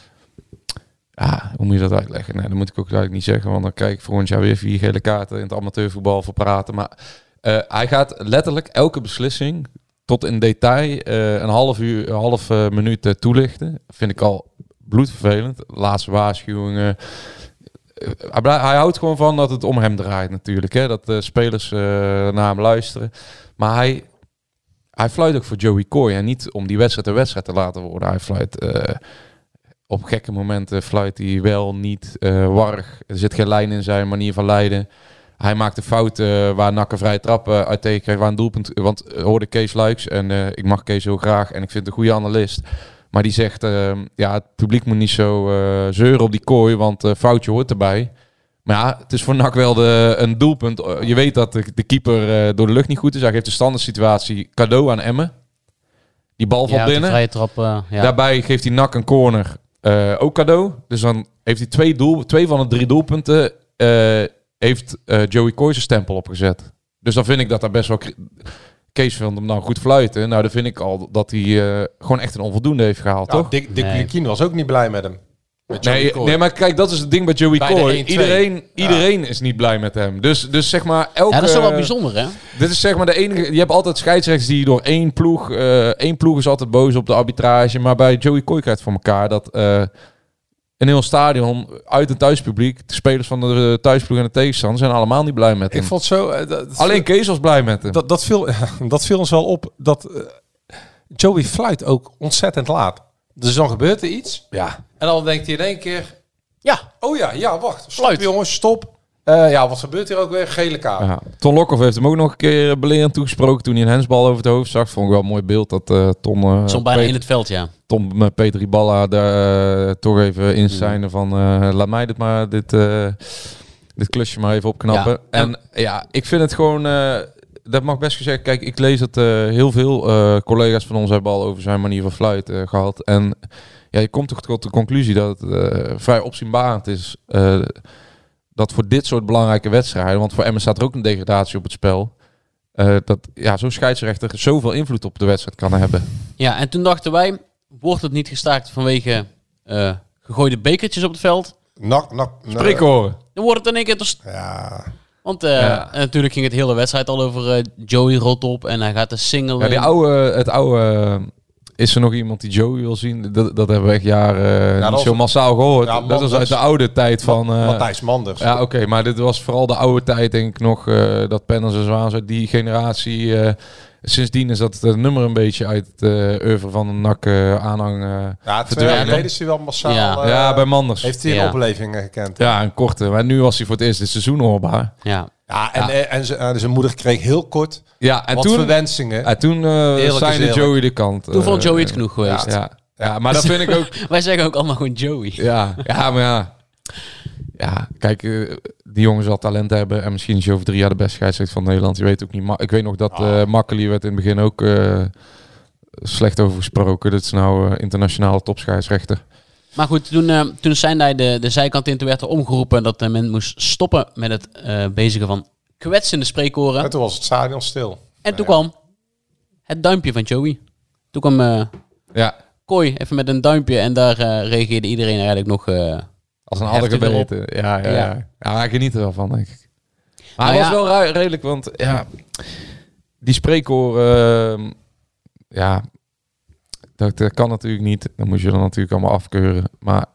ja, hoe moet je dat uitleggen? Nee, dat moet ik ook eigenlijk niet zeggen. Want dan krijg ik volgend jaar weer vier gele kaarten in het amateurvoetbal voor praten. Maar uh, hij gaat letterlijk elke beslissing tot in detail uh, een half uur, een half uh, minuut uh, toelichten. Vind ik al bloedvervelend. Laatste waarschuwingen. Uh, hij, blij- hij houdt gewoon van dat het om hem draait natuurlijk. Hè? Dat de spelers uh, naar hem luisteren. Maar hij, hij fluit ook voor Joey Coy. En niet om die wedstrijd een wedstrijd te laten worden. Hij fluit... Uh, op gekke momenten fluit hij wel, niet, uh, warrig. Er zit geen lijn in zijn manier van leiden. Hij maakt de fouten uh, waar N A C een vrije trap uh, uit tegen krijgt, waar een doelpunt... Want uh, hoorde Kees Luiks en uh, ik mag Kees heel graag en ik vind het een goede analist. Maar die zegt, uh, ja, het publiek moet niet zo uh, zeuren op die kooi, want uh, foutje hoort erbij. Maar ja, het is voor N A C wel de, een doelpunt. Uh, je weet dat de, de keeper uh, door de lucht niet goed is. Hij geeft de standaard situatie cadeau aan Emmen. Die bal valt Ja, de binnen. vrije trap. Uh, ja. Daarbij geeft hij N A C een corner uh, ook cadeau. Dus dan heeft hij twee, doel, twee van de drie doelpunten... Uh, heeft uh, Joey Coy zijn stempel opgezet. Dus dan vind ik dat daar best wel... Kees vindt hem dan goed fluiten. Nou, dan vind ik al dat hij uh, gewoon echt een onvoldoende heeft gehaald, Ja, toch? Dick, Dick Nee. Lukien was ook niet blij met hem. Met Joey Nee, Coy. nee, maar kijk, dat is het ding bij Joey Bij de Coy. één twee. Iedereen, Ja. iedereen is niet blij met hem. Dus, dus zeg maar... Elke, ja, dat is wel bijzonder, hè? Dit is zeg maar de enige... Je hebt altijd scheidsrechters die door één ploeg... Uh, één ploeg is altijd boos op de arbitrage. Maar bij Joey Coy krijgt voor elkaar dat... Uh, een heel stadion, uit een thuispubliek... De spelers van de thuisploeg en de tegenstander... zijn allemaal niet blij met hem. Ik vond zo... uh, dat, Alleen Kees was blij met hem. dat, dat, viel, dat viel ons wel op. Dat uh, Joey fluit ook ontzettend laat. Dus dan gebeurt er iets. Ja. En dan denkt hij in één keer... Ja. Oh ja, ja, wacht. Stop Fluit. jongens, stop. Uh, ja, wat gebeurt hier ook weer? Gele kaart. Ja. Ton Lokhoff heeft hem ook nog een keer belerend toegesproken... toen hij een hensbal over het hoofd zag. Vond ik wel een mooi beeld dat uh, Ton... Uh, Soms bijna in het veld, ja. Tom met Peter Iballa daar uh, toch even in zijn van... Uh, laat mij dit maar, dit, uh, dit klusje maar even opknappen. Ja. En ja, ik vind het gewoon... Uh, dat mag best gezegd. Kijk, ik lees dat uh, heel veel uh, collega's van ons hebben al over zijn manier van fluiten uh, gehad. En ja, je komt toch tot de conclusie dat het uh, vrij opzienbarend is... Uh, dat voor dit soort belangrijke wedstrijden... want voor Emmen staat er ook een degradatie op het spel... Uh, dat ja, zo'n scheidsrechter zoveel invloed op de wedstrijd kan hebben. Ja, en toen dachten wij... Wordt het niet gestaakt vanwege uh, gegooide bekertjes op het veld? Nak, nak, Spreekhoren. Dan wordt het in één keer... Dus, Ja. want uh, Ja. en natuurlijk ging het hele wedstrijd al over uh, Joey rot op... en hij gaat de single... Ja, die oude, het oude... uh, is er nog iemand die Joey wil zien? Dat, dat hebben we echt jaren uh, dat niet was- zo massaal gehoord. Ja, dat was Manders. uit de oude tijd van... Uh, Matthijs Manders. ja, oké. Okay, maar dit was vooral de oude tijd, denk ik nog... Uh, dat Penners en Zwaans uit die generatie... Uh, sindsdien is dat uh, nummer een beetje uit het uh, oeuvre van de N A C uh, aanhang uh, Ja, twee jaar geleden is hij wel massaal. Ja. Uh, ja, bij Manders. Heeft hij een Ja. opleving uh, gekend. Ja, een korte. Maar nu was hij voor het eerst dit seizoen hoorbaar. Ja. Ja, en, Ja. en, en zijn- uh, zijn moeder kreeg heel kort Ja, en wat toen, verwensingen. en toen uh, Eerlijk is zijn de eerlijk. Joey de kant. Toen vond uh, Joey het genoeg geweest. Ja, ja, maar dat vind ik ook... Wij zeggen ook allemaal gewoon Joey. Ja, ja, maar ja. Ja, kijk, uh, die jongen zal talent hebben. En misschien is hij over drie jaar de beste scheidsrechter van Nederland. Je weet ook niet. Ma- ik weet nog dat uh, Makkeli werd in het begin ook uh, slecht over gesproken. Dat is nou uh, internationale topscheidsrechter. Maar goed, toen, uh, toen zijn hij de, de zijkant in. Toen werd er omgeroepen dat uh, men moest stoppen met het uh, bezigen van kwetsende spreekkoren. En toen was het stadion stil. En toen Ja. kwam het duimpje van Joey. Toen kwam uh, Ja, Kooi even met een duimpje. En daar uh, reageerde iedereen eigenlijk nog... Uh, als een hadden Heftig erop. gebeten. Ja, ja, Ja. ja. ja, hij geniet er wel van, denk ik. Maar Nou hij was ja. wel ru- redelijk, want ja, die spreekkoren, uh, ja, dat, dat kan natuurlijk niet. Dan moet je dan natuurlijk allemaal afkeuren. Maar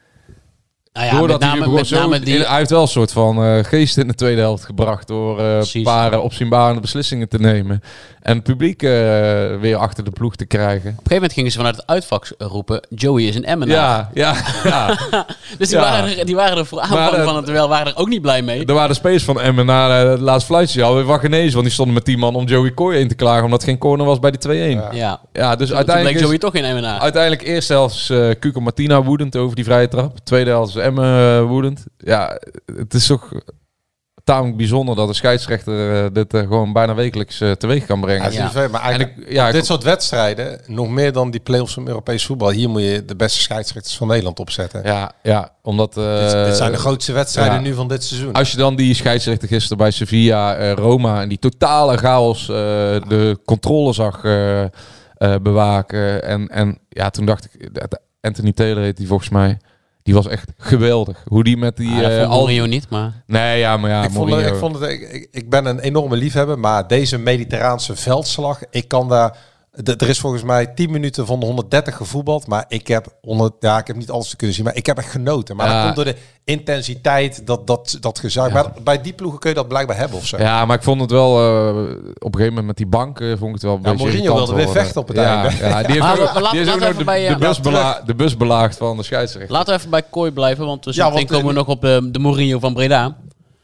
nou ja, doordat met name, hij, met zo, name die... hij heeft wel een soort van uh, geest in de tweede helft gebracht door uh, een Precies. paar uh, opzienbarende beslissingen te nemen. En het publiek uh, weer achter de ploeg te krijgen. Op een gegeven moment gingen ze vanuit het uitvak roepen... Joey is een Emmenaar. Ja, ja, ja. Dus die, Ja. waren er, die waren er voor aanvang Maar, uh, van het duel waren er ook niet blij mee. Er waren de spelers van Emmen na uh, het laatste fluitje alweer wat genezen. Want die stonden met tien man om Joey Kooi in te klagen. Omdat het geen corner was bij die twee-een. Ja, Ja. Ja, dus toen uiteindelijk bleek is, Joey toch geen Emmenaar. uiteindelijk eerst zelfs uh, Cuco Martina woedend over die vrije trap. Tweede helft is Emmen uh, woedend. Ja, het is toch tamelijk bijzonder dat een scheidsrechter uh, dit uh, gewoon bijna wekelijks uh, teweeg kan brengen. Ja, dat is Ja. niet veel, maar En eigenlijk, ik, ja, dit ik- soort wedstrijden, nog meer dan die play-offs van Europees voetbal, hier moet je de beste scheidsrechters van Nederland opzetten. ja, ja, omdat... uh, dit, dit zijn de grootste wedstrijden ja. nu van dit seizoen. Als je dan die scheidsrechter gisteren bij Sevilla, uh, Roma en die totale chaos, uh, de controle zag uh, uh, bewaken. En, en ja, toen dacht ik, dat Anthony Taylor heet die volgens mij, die was echt geweldig. Hoe die met die... Ja, dat uh, vond al... Mourinho niet, maar... Nee, ja, maar ja, ik, vond, Mourinho. ik, vond het, ik, ik- ik ben een enorme liefhebber, maar deze mediterraanse veldslag, ik kan daar... de- Er is volgens mij tien minuten van de honderddertig gevoetbald, maar ik heb, honderd, ja, ik heb niet alles te kunnen zien, maar ik heb echt genoten. Maar Ja. dat komt door de intensiteit, dat, dat, dat gezag. Ja. Maar bij die ploegen kun je dat blijkbaar hebben of zo. Ja, maar ik vond het wel, uh, op een gegeven moment met die bank, uh, vond ik het wel een Ja, beetje Mourinho irritant wilde weer worden. vechten op het ja, einde. Ja, die heeft Maar ook, we- laten- die is ook laten we nog even de, bij, de, uh, bus ja, bela- de bus belaagd van de scheidsrechter. Laten we even bij Kooi blijven, want we Ja, ja, want, komen we uh, nog op de, de Mourinho van Breda.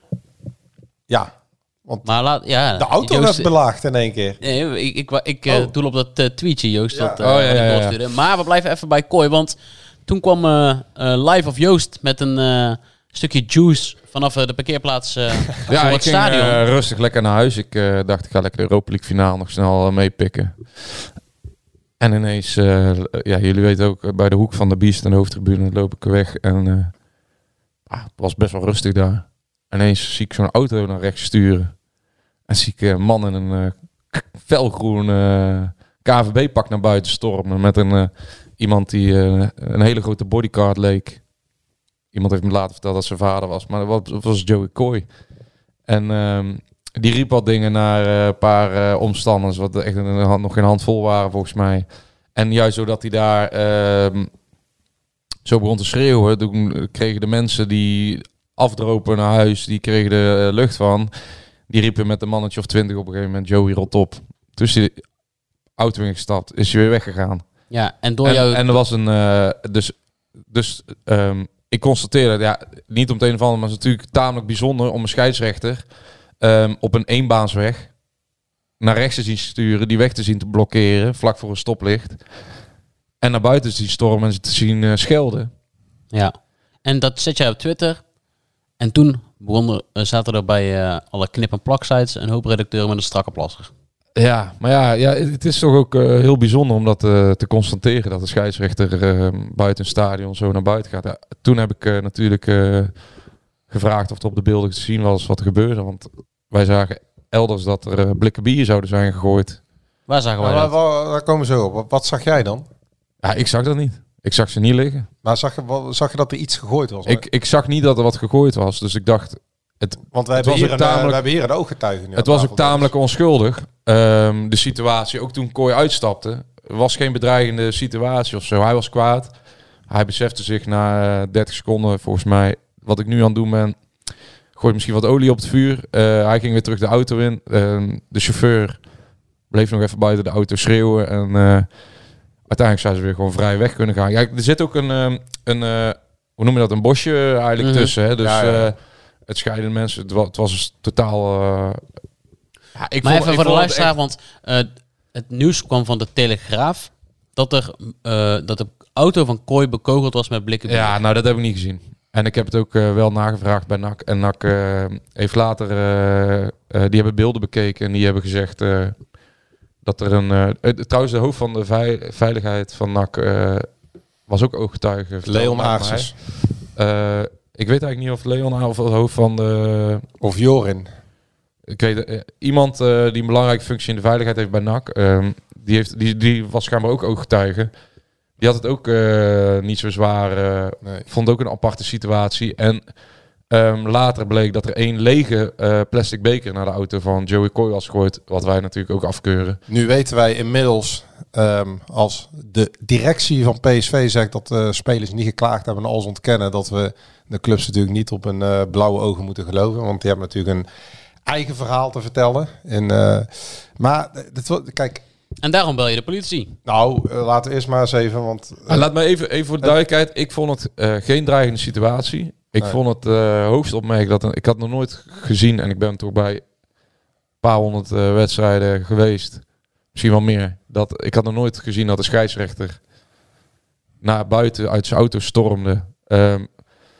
Ja, Maar laat, ja, de auto Joost- werd belaagd in één keer. Nee, ik, ik, ik eh, Oh. doel op dat eh, tweetje, Joost. Ja. Dat, eh, Oh, ja, wat ik ja, ja. doorstuurde. Maar we blijven even bij Kooi, want toen kwam eh, eh, Live of Joost met een eh, stukje juice vanaf eh, de parkeerplaats eh voor Ja, ik het ging stadion. uh, rustig lekker naar huis. Ik uh, dacht, ik ga lekker de Europa League finale nog snel uh, meepikken. En ineens, uh, ja, jullie weten ook, uh, bij de hoek van de Biest en de hoofdtribune loop ik weg. En uh, ah, het was best wel rustig daar. Ineens zie ik zo'n auto naar rechts sturen. En zie ik een man in een uh, k- felgroen uh, K V B-pak naar buiten stormen. Met een, uh, iemand die uh, een hele grote bodyguard leek. Iemand heeft me laten vertellen dat zijn vader was. Maar dat was, was Joey Kooi. En um, die riep wat dingen naar uh, een paar uh, omstanders. Wat echt een, een, nog geen handvol waren volgens mij. En juist zodat hij daar um, zo begon te schreeuwen. Toen kregen de mensen die afdropen naar huis. Die kregen de uh, lucht van. Die riepen met een mannetje of twintig op een gegeven moment. Joey, rot op. Toen is hij de auto ingestapt. Is hij weer weggegaan. Ja, en door En, jou... en er was een... Uh, dus dus um, ik constateerde, ja, niet om het een of ander, maar het is natuurlijk tamelijk bijzonder om een scheidsrechter um, op een eenbaansweg naar rechts te zien sturen, die weg te zien te blokkeren, vlak voor een stoplicht. En naar buiten te zien stormen en ze te zien uh, schelden. Ja, en dat zet jij op Twitter. En toen begonnen, uh, zaten er bij uh, alle knip- en plaksites een hoop redacteuren met een strakke plasser. Ja, maar ja, ja, het is toch ook uh, heel bijzonder om dat uh, te constateren, dat de scheidsrechter uh, buiten een stadion zo naar buiten gaat. Ja, toen heb ik uh, natuurlijk uh, gevraagd of er op de beelden te zien was wat er gebeurde. Want wij zagen elders dat er uh, blikken bier zouden zijn gegooid. Waar zagen wij Maar, dat? waar, waar komen we zo op. Wat, wat zag jij dan? Ja, ik zag dat niet. Ik zag ze niet liggen. Maar zag je, wat- zag je dat er iets gegooid was? Ik, ik zag niet dat er wat gegooid was, dus ik dacht... Het, Want we het hebben, was hier ook een, tamelijk- we hebben hier een ooggetuige nu. het aan was ook tafel, tamelijk onschuldig. Um, de situatie, ook toen Kooi uitstapte, was geen bedreigende situatie of zo. Hij was kwaad. Hij besefte zich na uh, dertig seconden, volgens mij, wat ik nu aan het doen ben, gooit misschien wat olie op het vuur. Uh, hij ging weer terug de auto in. Uh, de chauffeur bleef nog even buiten de auto schreeuwen. En uh, uiteindelijk zijn ze weer gewoon vrij weg kunnen gaan. Ja, er zit ook een, um, een uh, hoe noem je dat, een bosje eigenlijk mm-hmm. tussen. Hè? Dus ja, ja, ja. Uh, het scheiden mensen, het was, het was dus totaal... Uh, ja, ik maar vond, even ik voor de luisteraar, echt... want uh, het nieuws kwam van de Telegraaf dat er uh, dat de auto van Kooi bekogeld was met blikken bier. Ja, nou dat heb ik niet gezien. En ik heb het ook uh, wel nagevraagd bij N A C. En N A C uh, heeft later, uh, uh, die hebben beelden bekeken en die hebben gezegd uh, dat er een... Uh, uh, trouwens, de hoofd van de vei- veiligheid van N A C uh, was ook ooggetuige. Leon Aartjes. Uh, ik weet eigenlijk niet of Leon of het hoofd van de... Of Jorin. Ik weet, uh, iemand uh, die een belangrijke functie in de veiligheid heeft bij N A C, um, die, heeft, die, die was schijnbaar ook ooggetuige. Die had het ook uh, niet zo zwaar. Uh, nee. Vond ook een aparte situatie. En um, later bleek dat er één lege uh, plastic beker naar de auto van Joey Kooi was gegooid. Wat wij natuurlijk ook afkeuren. Nu weten wij inmiddels, um, als de directie van P S V zegt dat de spelers niet geklaagd hebben en alles ontkennen, dat we de clubs natuurlijk niet op een uh, blauwe ogen moeten geloven. Want die hebben natuurlijk een eigen verhaal te vertellen. En, uh, maar dit, kijk... En daarom bel je de politie. Nou, uh, laten we eerst maar eens even, want... Uh, laat me even, even voor de duidelijkheid. Ik vond het uh, geen dreigende situatie. Ik nee. vond het uh, hoogst opmerkelijk dat... Een, ik had nog nooit gezien, en ik ben toch bij een paar honderd uh, wedstrijden geweest. Misschien wel meer. Dat, ik had nog nooit gezien dat de scheidsrechter naar buiten uit zijn auto stormde. Um,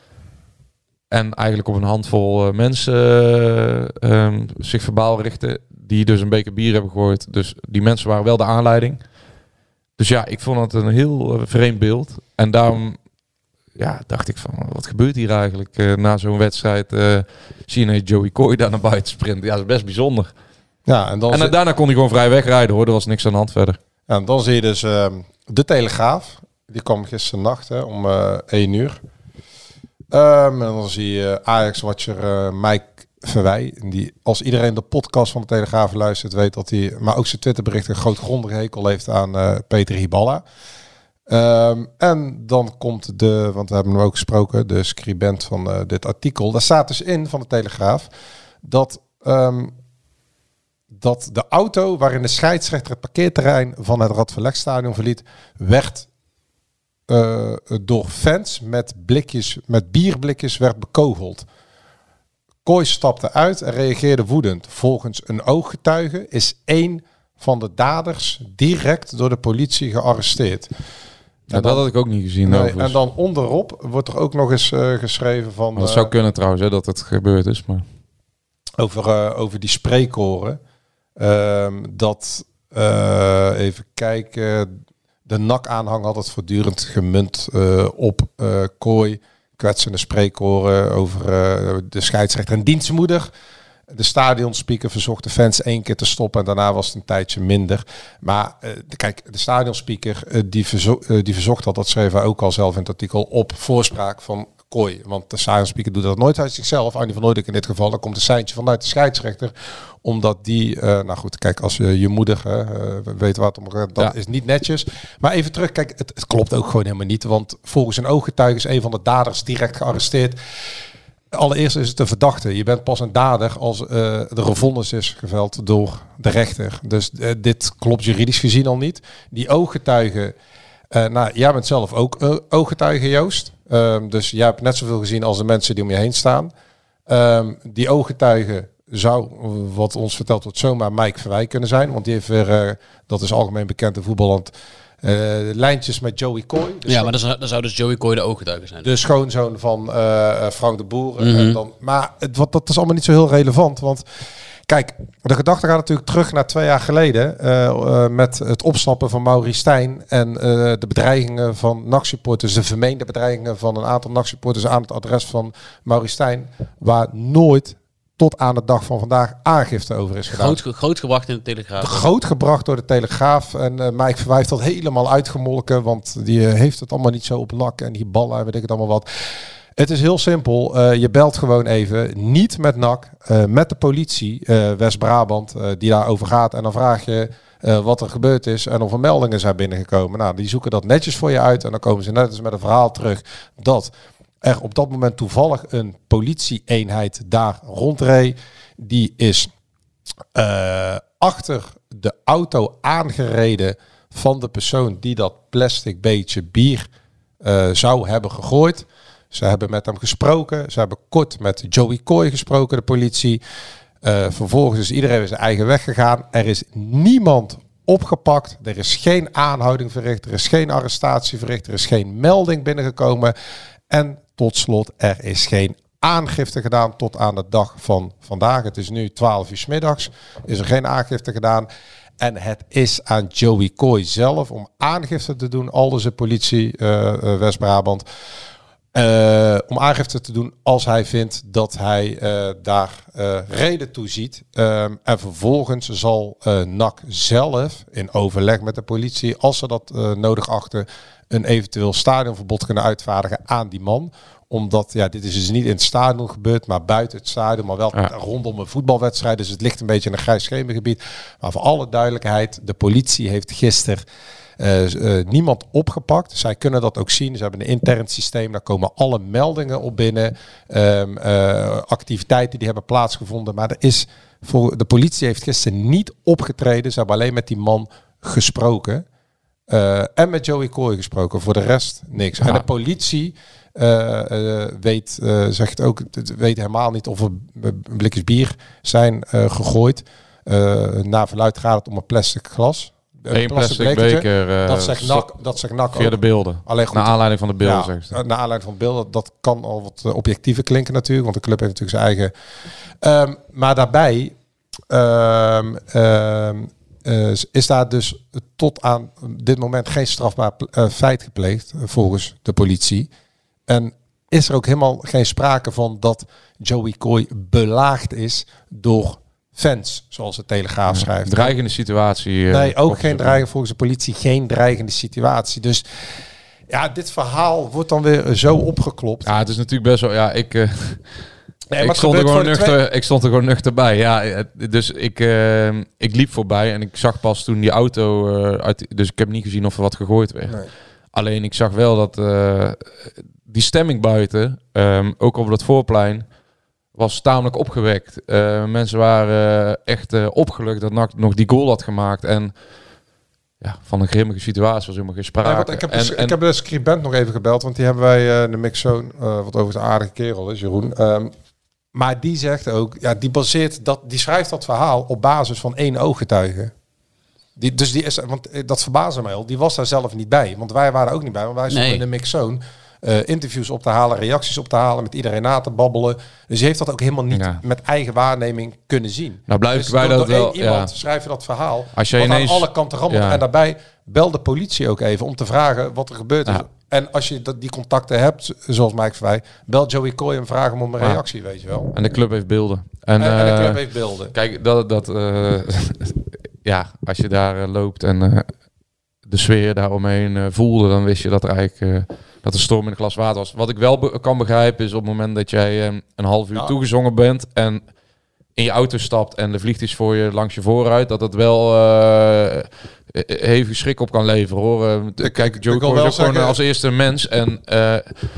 en eigenlijk op een handvol uh, mensen uh, um, zich verbaal richtte. Die dus een beker bier hebben gegooid. Dus die mensen waren wel de aanleiding. Dus ja, ik vond het een heel uh, vreemd beeld. En daarom ja, dacht ik van, wat gebeurt hier eigenlijk? Uh, na zo'n wedstrijd uh, zie je ineens Joey Kooi daar naar buiten sprinten. Ja, dat is best bijzonder. Ja, en dan en zit... daarna kon hij gewoon vrij wegrijden hoor. Er was niks aan de hand verder. Ja, en dan zie je dus uh, de Telegraaf. Die kwam gisternacht hè, om uh, één uur. Um, en dan zie je Ajax-watcher uh, Mike Verwij. Die, als iedereen de podcast van de Telegraaf luistert, weet dat hij, maar ook zijn Twitterbericht, een grootgrondige hekel heeft aan uh, Peter Hiballa. Um, en dan komt de, want we hebben hem ook gesproken, de scribent van uh, dit artikel. Daar staat dus in van de Telegraaf dat, um, dat de auto waarin de scheidsrechter het parkeerterrein van het Radverlegstadion verliet, werd Uh, door fans met blikjes, met bierblikjes werd bekogeld. Kooi stapte uit en reageerde woedend. Volgens een ooggetuige is één van de daders direct door de politie gearresteerd. Ja, dat had ik ook niet gezien. Nee, en dan onderop wordt er ook nog eens uh, geschreven van... Maar dat zou uh, kunnen trouwens, hè, dat het gebeurd is. Maar... Over, uh, over die spreekkoren. Uh, dat, uh, even kijken... De N A C-aanhang had het voortdurend gemunt uh, op uh, Kooi. Kwetsende spreekkoren over uh, de scheidsrechter en dienstmoeder. De stadionspeaker verzocht de fans één keer te stoppen en daarna was het een tijdje minder. Maar uh, kijk, de stadionspeaker uh, die, verzo- uh, die verzocht dat, dat schreef hij ook al zelf in het artikel, op voorspraak van Kooi. Want de stadionspeaker doet dat nooit uit zichzelf. Arnie van Nooydijk in dit geval. Dan komt een seintje vanuit de scheidsrechter. Omdat die, uh, nou goed, kijk, als je je moeder uh, weet wat om gaat, dat ja. is niet netjes. Maar even terug, kijk, het, het klopt ook gewoon helemaal niet. Want volgens een ooggetuige is een van de daders direct gearresteerd. Allereerst is het een verdachte. Je bent pas een dader als uh, er een vonnis is geveld door de rechter. Dus uh, dit klopt juridisch gezien al niet. Die ooggetuige, uh, nou, jij bent zelf ook uh, ooggetuige, Joost. Um, dus jij hebt net zoveel gezien als de mensen die om je heen staan. Um, die ooggetuige zou, wat ons verteld wordt, zomaar Mike Verwij kunnen zijn. Want die heeft weer, uh, dat is algemeen bekend in voetballand, uh, lijntjes met Joey Kooi. Dus ja, maar dan zou, dan zou dus Joey Kooi de ooggetuige zijn. De schoonzoon van uh, Frank de Boer. Mm-hmm. En dan, maar het, wat, dat is allemaal niet zo heel relevant. Want kijk, de gedachte gaat natuurlijk terug naar twee jaar geleden. Uh, uh, met het opstappen van Maurice Stijn. En uh, de bedreigingen van N A C-supporters. De vermeende bedreigingen van een aantal N A C-supporters aan het adres van Maurice Stijn. Waar nooit tot aan de dag van vandaag aangifte over is gedaan. Groot, groot gebracht in de Telegraaf. Groot gebracht door de Telegraaf. En uh, Mike Verwij heeft dat helemaal uitgemolken. Want die uh, heeft het allemaal niet zo op lak. En die ballen, weet ik het allemaal wat. Het is heel simpel. Uh, je belt gewoon even. Niet met N A C. Uh, met de politie. Uh, West-Brabant. Uh, die daarover gaat. En dan vraag je uh, wat er gebeurd is. En of er meldingen zijn binnengekomen. Nou, die zoeken dat netjes voor je uit. En dan komen ze net eens met een verhaal terug. Dat er op dat moment toevallig een politie-eenheid daar rondreed. Die is uh, achter de auto aangereden van de persoon die dat plastic beetje bier uh, zou hebben gegooid. Ze hebben met hem gesproken. Ze hebben kort met Joey Coy gesproken, de politie. Uh, vervolgens is iedereen weer zijn eigen weg gegaan. Er is niemand opgepakt. Er is geen aanhouding verricht. Er is geen arrestatie verricht. Er is geen melding binnengekomen. En tot slot, er is geen aangifte gedaan tot aan de dag van vandaag. Het is nu twaalf uur 's middags. Is er geen aangifte gedaan. En het is aan Joey Coy zelf om aangifte te doen. Aldus de politie uh, uh, West-Brabant. Uh, om aangifte te doen als hij vindt dat hij uh, daar uh, reden toe ziet. Um, en vervolgens zal uh, N A C zelf in overleg met de politie, als ze dat uh, nodig achten, een eventueel stadionverbod kunnen uitvaardigen aan die man. Omdat, ja, dit is dus niet in het stadion gebeurd, maar buiten het stadion, maar wel ja. rondom een voetbalwedstrijd. Dus het ligt een beetje in een grijs schemergebied. Maar voor alle duidelijkheid, de politie heeft gisteren Uh, uh, niemand opgepakt. Zij kunnen dat ook zien. Ze hebben een intern systeem. Daar komen alle meldingen op binnen. Um, uh, activiteiten die hebben plaatsgevonden. Maar er is voor de politie heeft gisteren niet opgetreden. Ze hebben alleen met die man gesproken. Uh, en met Joey Coy gesproken. Voor de rest niks. Ja. En de politie uh, uh, weet, uh, zegt ook, weet helemaal niet of er blikjes bier zijn uh, gegooid. Uh, naar verluidt gaat het om een plastic glas. Een plastic, plastic beker. Uh, dat zegt N A C, dat zegt N A C via ook. de beelden. Alleen goed, naar aanleiding van de beelden, ja, zegt ze. Naar aanleiding van de beelden. Dat kan al wat objectiever klinken natuurlijk. Want de club heeft natuurlijk zijn eigen. Um, maar daarbij um, um, uh, is daar dus tot aan dit moment geen strafbaar uh, feit gepleegd. Uh, volgens de politie. En is er ook helemaal geen sprake van dat Joey Coy belaagd is door fans, zoals de Telegraaf ja, schrijft. Dreigende situatie. Uh, nee, ook geen dreigende, volgens de politie geen dreigende situatie. Dus ja, dit verhaal wordt dan weer zo opgeklopt. Ja, het is natuurlijk best wel, ja, ik... Uh, nee, ik, stond er gewoon nuchter, twee... ik stond er gewoon nuchter bij. Ja, dus ik, uh, ik liep voorbij en ik zag pas toen die auto uh, uit... Dus ik heb niet gezien of er wat gegooid werd. Nee. Alleen ik zag wel dat uh, die stemming buiten, um, ook op dat voorplein, was tamelijk opgewekt. Uh, mensen waren uh, echt uh, opgelucht dat N A C nog die goal had gemaakt. En ja, van een grimmige situatie was helemaal geen sprake. Nee, ik, heb en, de, en, ik heb de scribent nog even gebeld, want die hebben wij, uh, de mixzoon, uh, wat over een aardige kerel is, Jeroen. Um, maar die zegt ook, ja, die baseert dat, die schrijft dat verhaal op basis van één ooggetuige. Die, dus die is, want dat verbaasde mij al, die was daar zelf niet bij. Want wij waren ook niet bij, want wij stonden nee. in de mixzoon. Uh, interviews op te halen, reacties op te halen, met iedereen na te babbelen. Dus je heeft dat ook helemaal niet ja. met eigen waarneming kunnen zien. Nou blijf dus bij door, dat door wel. Iemand Ja. schrijft dat verhaal. Als je wat ineens, aan alle kanten rammelt. Ja. En daarbij bel de politie ook even om te vragen wat er gebeurd is. Ja. En als je dat, die contacten hebt, zoals Mike Verwij, bel Joey Coy en vraag hem om een reactie, ja. weet je wel. En de club heeft beelden. En, en, uh, en de club heeft beelden. Kijk, dat, dat uh, ja, als je daar uh, loopt en uh, de sfeer daaromheen uh, voelde, dan wist je dat er eigenlijk uh, dat de storm in een glas water was. Wat ik wel be- kan begrijpen is op het moment dat jij um, een half uur ja. toegezongen bent en in je auto stapt en de vliegt is voor je langs je vooruit, dat het wel uh, hevig schrik op kan leveren, hoor. Uh, kijk, Joey Coy is ook gewoon als eerste mens en uh,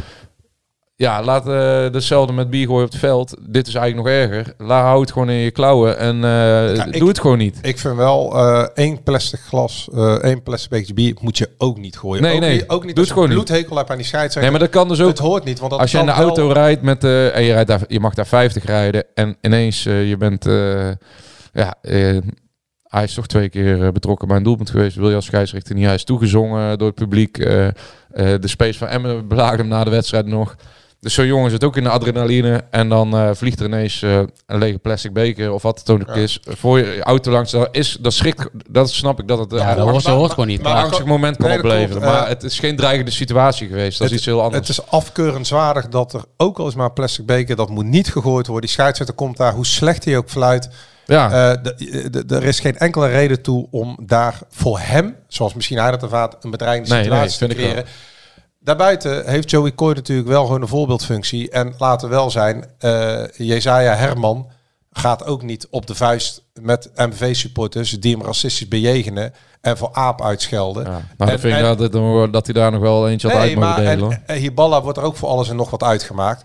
ja, laat uh, hetzelfde met bier gooien op het veld. Dit is eigenlijk nog erger. Laat hou het gewoon in je klauwen en uh, ja, doe ik, het gewoon niet. Ik vind wel uh, één plastic glas, uh, één plastic beetje bier moet je ook niet gooien. Nee, ook nee. Niet, ook niet doe het gewoon niet. Bloedhekel heb aan die scheidsrechter. Nee, maar dat kan dus ook. Het hoort niet, want dat als je in de auto wel rijdt met uh, en je rijdt daar, je mag daar vijftig rijden en ineens uh, je bent uh, ja. Uh, hij is toch twee keer uh, betrokken bij een doelpunt geweest. Wil je als scheidsrechter niet? Hij is toegezongen door het publiek. Uh, uh, de spelers van Emmen belaagden hem na de wedstrijd nog. Dus zo'n jongen zit ook in de adrenaline en dan uh, vliegt er ineens uh, een lege plastic beker of wat het ook ja. is voor je auto langs. Dat is dat schrikt. Dat snap ik dat het. Uh, ja, dat hoort, dat hoort gewoon niet. Maar een angstig moment kan nee, opleveren. Klopt, uh, maar het is geen dreigende situatie geweest. Dat het, is iets heel anders. Het is afkeurenswaardig dat er ook al eens maar een plastic beker, dat moet niet gegooid worden. Die scheidsrechter komt daar, hoe slecht hij ook fluit. Ja. Uh, de, de, de, er is geen enkele reden toe om daar voor hem, zoals misschien hij dat ervaart, een bedreigende nee, situatie nee, te creëren. Daarbuiten heeft Joey Coy natuurlijk wel gewoon een voorbeeldfunctie. En laten we wel zijn, uh, Jezaja Herman gaat ook niet op de vuist met M V V-supporters die hem racistisch bejegenen en voor aap uitschelden. Ja, nou, en, vind ik en, dat, dat hij daar nog wel eentje had nee, uit mogen delen. En Hiballa wordt er ook voor alles en nog wat uitgemaakt.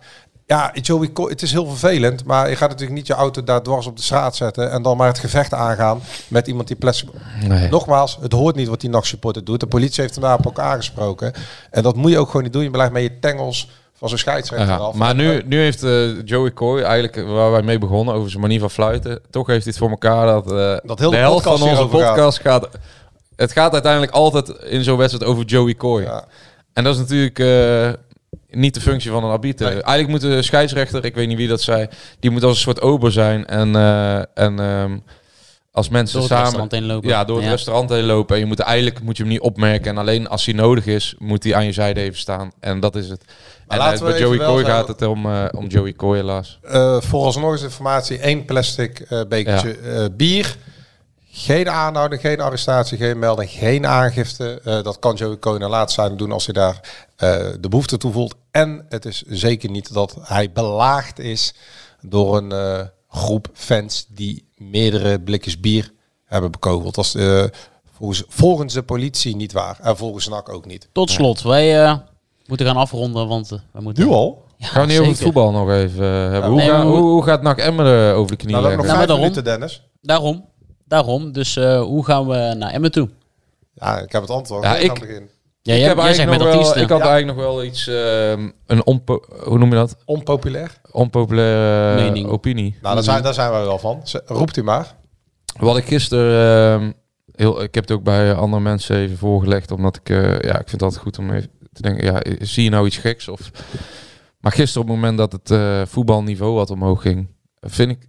Ja, Joey Coy, het is heel vervelend, maar je gaat natuurlijk niet je auto daar dwars op de straat zetten en dan maar het gevecht aangaan met iemand die plastic... Nee. Nogmaals, het hoort niet wat die N A C-supporter doet. De politie heeft hem daar op elkaar aangesproken. En dat moet je ook gewoon niet doen. Je blijft met je tengels van zo'n scheidsrechter Ja, af. maar nu, nu heeft uh, Joey Coy, eigenlijk waar wij mee begonnen, over zijn manier van fluiten, toch heeft hij het voor elkaar dat, uh, Dat heel de de helft van podcast onze hierover podcast gaat. Het gaat uiteindelijk altijd in zo'n wedstrijd over Joey Coy. Ja. En dat is natuurlijk uh, niet de functie van een arbiter. Nee. Eigenlijk moet de scheidsrechter, ik weet niet wie dat zei, die moet als een soort ober zijn. En, uh, en um, als mensen Door het samen restaurant heen lopen. Ja, door het Ja. restaurant heen lopen. En je moet eigenlijk moet je hem niet opmerken. En alleen als hij nodig is, moet hij aan je zijde even staan. En dat is het. Maar en laten uh, we bij Joey even wel Coy zijn gaat dat- het om, uh, om Joey Coy helaas. Uh, vooralsnog is informatie één plastic uh, bekertje uh, bier. Geen aanhouding, geen arrestatie, geen melding, geen aangifte. Uh, dat kan Joey Coy naar laatste zijn doen als hij daar uh, de behoefte toe voelt. En het is zeker niet dat hij belaagd is door een uh, groep fans die meerdere blikjes bier hebben bekogeld. Dat is uh, volgens, volgens de politie niet waar. En volgens N A C ook niet. Tot slot, wij uh, moeten gaan afronden, want uh, we moeten... Nu al? Ja, Gaan we niet over het zeker. voetbal nog even uh, hebben? Hoe, nee, ga- maar hoe, hoe- hoe gaat N A C Emmen er over de knie Nou, we hebben nog leggen? Nou, vijf maar daarom. minuten, Dennis. Daarom, daarom. Dus uh, hoe gaan we naar Emmen toe? Ja, ik heb het antwoord. Ja, Ja, ik- aan het begin. Ja, ik, jij, heb jij zegt eigenlijk met nog wel, artiesten. ik had Ja. eigenlijk nog wel iets, uh, een onpo hoe noem je dat? Onpopulair. Onpopulaire Mening. opinie. Nou, daar zijn, daar zijn we wel van. Z- Roept u maar. Wat ik gisteren, uh, heel, ik heb het ook bij andere mensen even voorgelegd, omdat ik, uh, ja, ik vind het altijd goed om even te denken, ja, zie je nou iets geks? Of... Maar gisteren op het moment dat het uh, voetbalniveau wat omhoog ging, vind ik...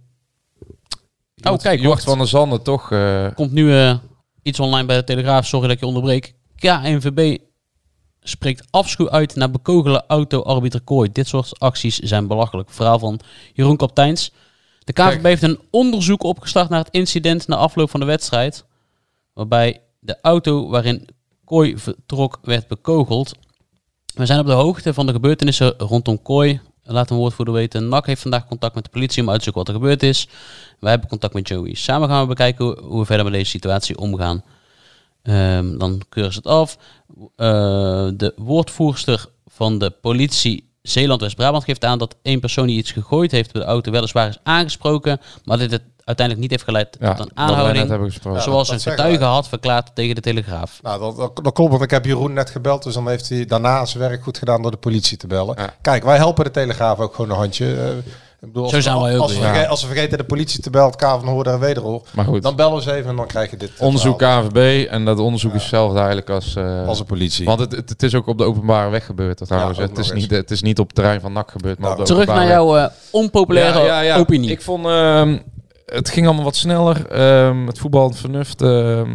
Oh, kijk, Jort wacht. van der Zanden toch... Uh, Komt nu uh, iets online bij de Telegraaf. Sorry dat ik je onderbreek. K N V B spreekt afschuw uit naar bekogelen auto-arbiter Kooi. Dit soort acties zijn belachelijk. Verhaal van Jeroen Kapteins. De K N V B Kijk. heeft een onderzoek opgestart naar het incident na afloop van de wedstrijd. Waarbij de auto waarin Kooi vertrok werd bekogeld. We zijn op de hoogte van de gebeurtenissen rondom Kooi. Laat een woordvoerder weten. N A C heeft vandaag contact met de politie om uit te zoeken wat er gebeurd is. Wij hebben contact met Joey. Samen gaan we bekijken hoe, hoe we verder met deze situatie omgaan. Um, dan keuren ze het af. Uh, de woordvoerster van de politie Zeeland-West-Brabant geeft aan dat één persoon die iets gegooid heeft op de auto weliswaar is aangesproken, maar dit het uiteindelijk niet heeft geleid ja, tot een wat wij net aanhouding. hebben gesproken. Ja, Zoals dat een zeggen getuige wij. had verklaard tegen de Telegraaf. Nou, dat, dat, dat klopt, want ik heb Jeroen net gebeld. Dus dan heeft hij daarna zijn werk goed gedaan door de politie te bellen. Ja. Kijk, wij helpen de Telegraaf ook gewoon een handje. Uh, ik bedoel, als, Zo zijn wij ook als, we weer. verge- als we vergeten de politie te bellen, het K van Hoorder en Wederhoor, Maar goed, dan bellen we ze even en dan krijg je dit. uh, onderzoek verhaal. K N V B en dat onderzoek is hetzelfde eigenlijk als... Uh, Als de politie. want het, het, het is ook op de openbare weg gebeurd trouwens. Ja, ook het, is nog eens. niet, het is niet op het terrein van N A C gebeurd, maar Nou, op de Terug naar openbare weg. jouw uh, onpopulaire Ja, ja, ja. opinie. Ik vond ehm, het ging allemaal wat sneller. Ehm, het voetbal en het vernuft. ehm,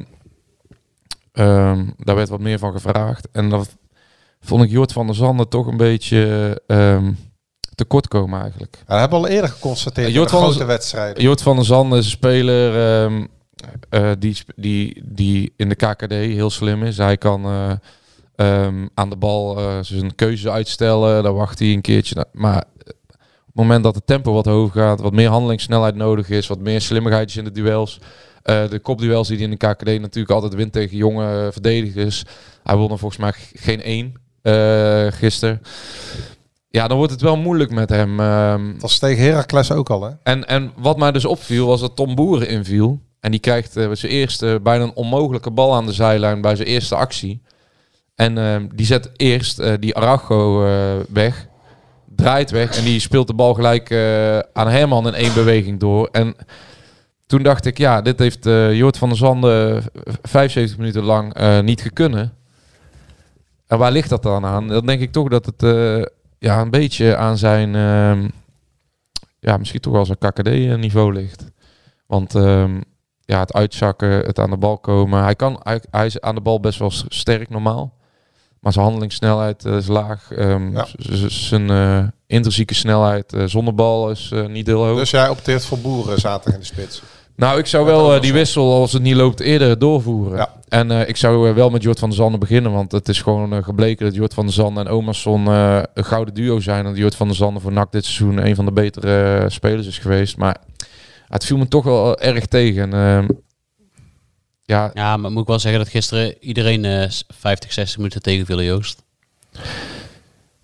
ehm, daar werd wat meer van gevraagd. En dat vond ik Jort van der Zanden toch een beetje ehm, tekort komen eigenlijk. Ja, dat hebben we al eerder geconstateerd in Jort de van grote ons- wedstrijden. Jort van der Zanden is een speler ehm, eh, die, sp- die, die in de K K D heel slim is. Hij kan eh, ehm, aan de bal eh, zijn keuze uitstellen. Dan wacht hij een keertje. na- Maar op het moment dat het tempo wat hoger gaat, wat meer handelingssnelheid nodig is, wat meer slimmigheid is in de duels. Uh, de kopduels die hij in de K K D natuurlijk altijd wint tegen jonge verdedigers. Hij won er volgens mij g- geen één uh, gisteren. Ja, dan wordt het wel moeilijk met hem. Um, Dat was tegen Heracles ook al, hè? en, en wat mij dus opviel, was dat Tom Boeren inviel. En die krijgt uh, zijn eerste, bijna een onmogelijke bal aan de zijlijn bij zijn eerste actie. En uh, die zet eerst uh, die Araujo uh, weg. Draait weg en die speelt de bal gelijk uh, aan Herman in één beweging door. En toen dacht ik, ja, dit heeft uh, Jort van der Zanden vijfenzeventig minuten lang uh, niet gekunnen. En waar ligt dat dan aan? Dan denk ik toch dat het uh, ja, een beetje aan zijn, uh, ja, misschien toch wel zijn K K D-niveau ligt. Want um, ja, het uitzakken, het aan de bal komen. Hij, kan, hij, hij is aan de bal best wel sterk normaal. Maar zijn handelingssnelheid uh, is laag. Um, Ja. z- z- Zijn uh, intrinsieke snelheid uh, zonder bal is uh, niet heel hoog. Dus jij opteert voor Boeren zaterdag in de spits. Nou, ik zou Met wel uh, Overzand. die wissel, als het niet loopt, eerder doorvoeren. Ja. En uh, ik zou uh, wel met Jort van der Zanden beginnen. Want het is gewoon uh, gebleken dat Jort van der Zanden en Omarsson uh, een gouden duo zijn. En dat Jort van der Zanden voor N A C dit seizoen een van de betere uh, spelers is geweest. Maar het viel me toch wel erg tegen. En, uh, ja, Ja, maar moet ik wel zeggen dat gisteren iedereen uh, vijftig, zestig minuten tegenviel, Joost.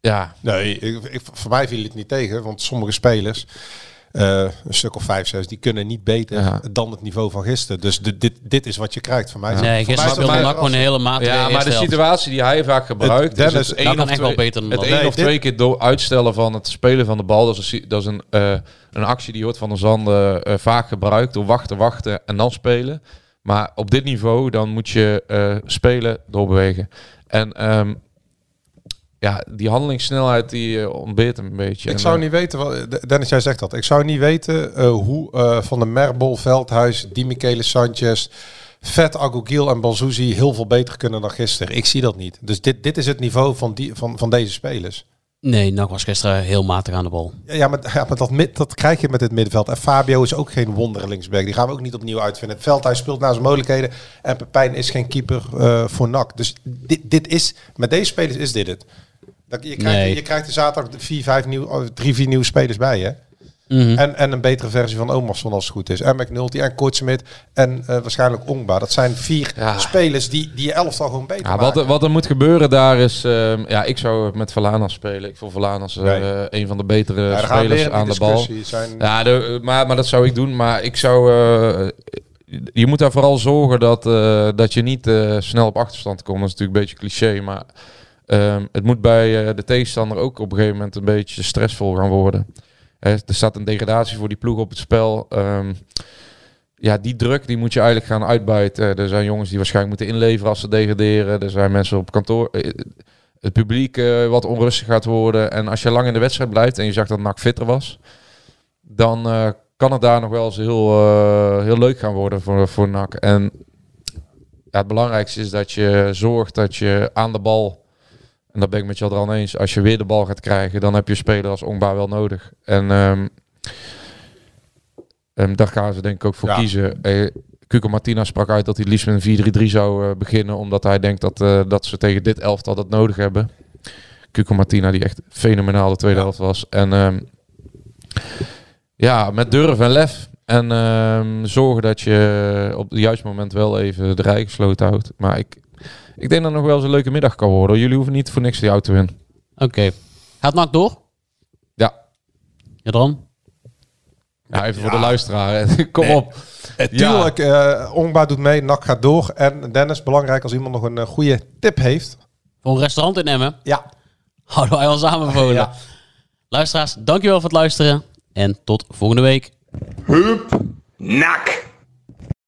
Ja. Nee, ik, ik, voor mij viel het niet tegen. Want sommige spelers, uh, een stuk of vijf, zes, die kunnen niet beter ja. dan het niveau van gisteren. Dus de, dit, dit is wat je krijgt van mij. Ja. Nee, gisteren speelde N A C gewoon een hele matige Ja, maar de situatie die hij vaak gebruikt... Het, is het één of twee, beter dan het één één of dit, twee keer door uitstellen van het spelen van de bal. Dat is een, dat is een, uh, een actie die wordt van der Zanden uh, vaak gebruikt. Door wachten, wachten en dan spelen. Maar op dit niveau, dan moet je uh, spelen, doorbewegen. En... Um, Ja, die handelingssnelheid die uh, ontbeert hem een beetje. Ik en zou uh, niet weten, wat, Dennis, jij zegt dat. Ik zou niet weten uh, hoe uh, Van der Merbel, Veldhuis, Di Michele Sanchez, Vet, Agogiel en Banzuzi heel veel beter kunnen dan gisteren. Ik zie dat niet. Dus dit, dit is het niveau van, die, van, van deze spelers. Nee, N A C was gisteren heel matig aan de bal. Ja, ja, maar, ja, maar dat, mid, dat krijg je met het middenveld. En Fabio is ook geen wonderlingsback. Die gaan we ook niet opnieuw uitvinden. Het Veldhuis speelt naar zijn mogelijkheden. En Pepijn is geen keeper uh, voor N A C. Dus dit, dit is, met deze spelers is dit het. Je krijgt, nee. je krijgt er zaterdag vier, vijf nieuw, drie, vier nieuwe spelers bij, hè? Mm-hmm. En, en een betere versie van Omarsson als het goed is. En McNulty en Kortsmit en uh, waarschijnlijk Ongba. Dat zijn vier ja. spelers die, die je elftal gewoon beter ja, maken. Wat, wat er moet gebeuren daar is... Uh, ja, ik zou met Valanas spelen. Ik vond Valanas uh, nee. uh, een van de betere ja, spelers aan de bal. Zijn... Ja, de, maar, maar dat zou ik doen. Maar ik zou... Uh, je moet daar vooral zorgen dat, uh, dat je niet uh, snel op achterstand komt. Dat is natuurlijk een beetje cliché, maar... Um, het moet bij uh, de tegenstander ook op een gegeven moment een beetje stressvol gaan worden. Uh, er staat een degradatie voor die ploeg op het spel. Um, ja, die druk die moet je eigenlijk gaan uitbuiten. Uh, er zijn jongens die waarschijnlijk moeten inleveren als ze degraderen. Er zijn mensen op kantoor. Uh, het publiek uh, wat onrustig gaat worden. En als je lang in de wedstrijd blijft en je zag dat N A C fitter was, dan uh, kan het daar nog wel eens heel, uh, heel leuk gaan worden voor, voor N A C. En ja, het belangrijkste is dat je zorgt dat je aan de bal... En dat ben ik met je al eens. Als je weer de bal gaat krijgen, dan heb je een speler als Ongba wel nodig. En um, um, daar gaan ze denk ik ook voor ja. kiezen. Uh, Cuco Martina sprak uit dat hij liefst met een vier drie drie zou uh, beginnen. Omdat hij denkt dat, uh, dat ze tegen dit elftal dat nodig hebben. Cuco Martina die echt fenomenaal de tweede ja. helft was. En um, ja, met durf en lef. En um, zorgen dat je op het juiste moment wel even de rij gesloten houdt. Maar ik... Ik denk dat het nog wel eens een leuke middag kan worden. Jullie hoeven niet voor niks die auto in. Oké. Okay. Gaat N A C door? Ja. Ja dan? Ja, even ja. voor de luisteraar. Kom nee. op. Eh, tuurlijk, ja. uh, Ongba doet mee, N A C gaat door. En Dennis, belangrijk als iemand nog een uh, goede tip heeft. Voor een restaurant in Emmen? Ja. Houden wij ons aanbevolen. ja. Luisteraars, dankjewel voor het luisteren. En tot volgende week. Hup, N A C.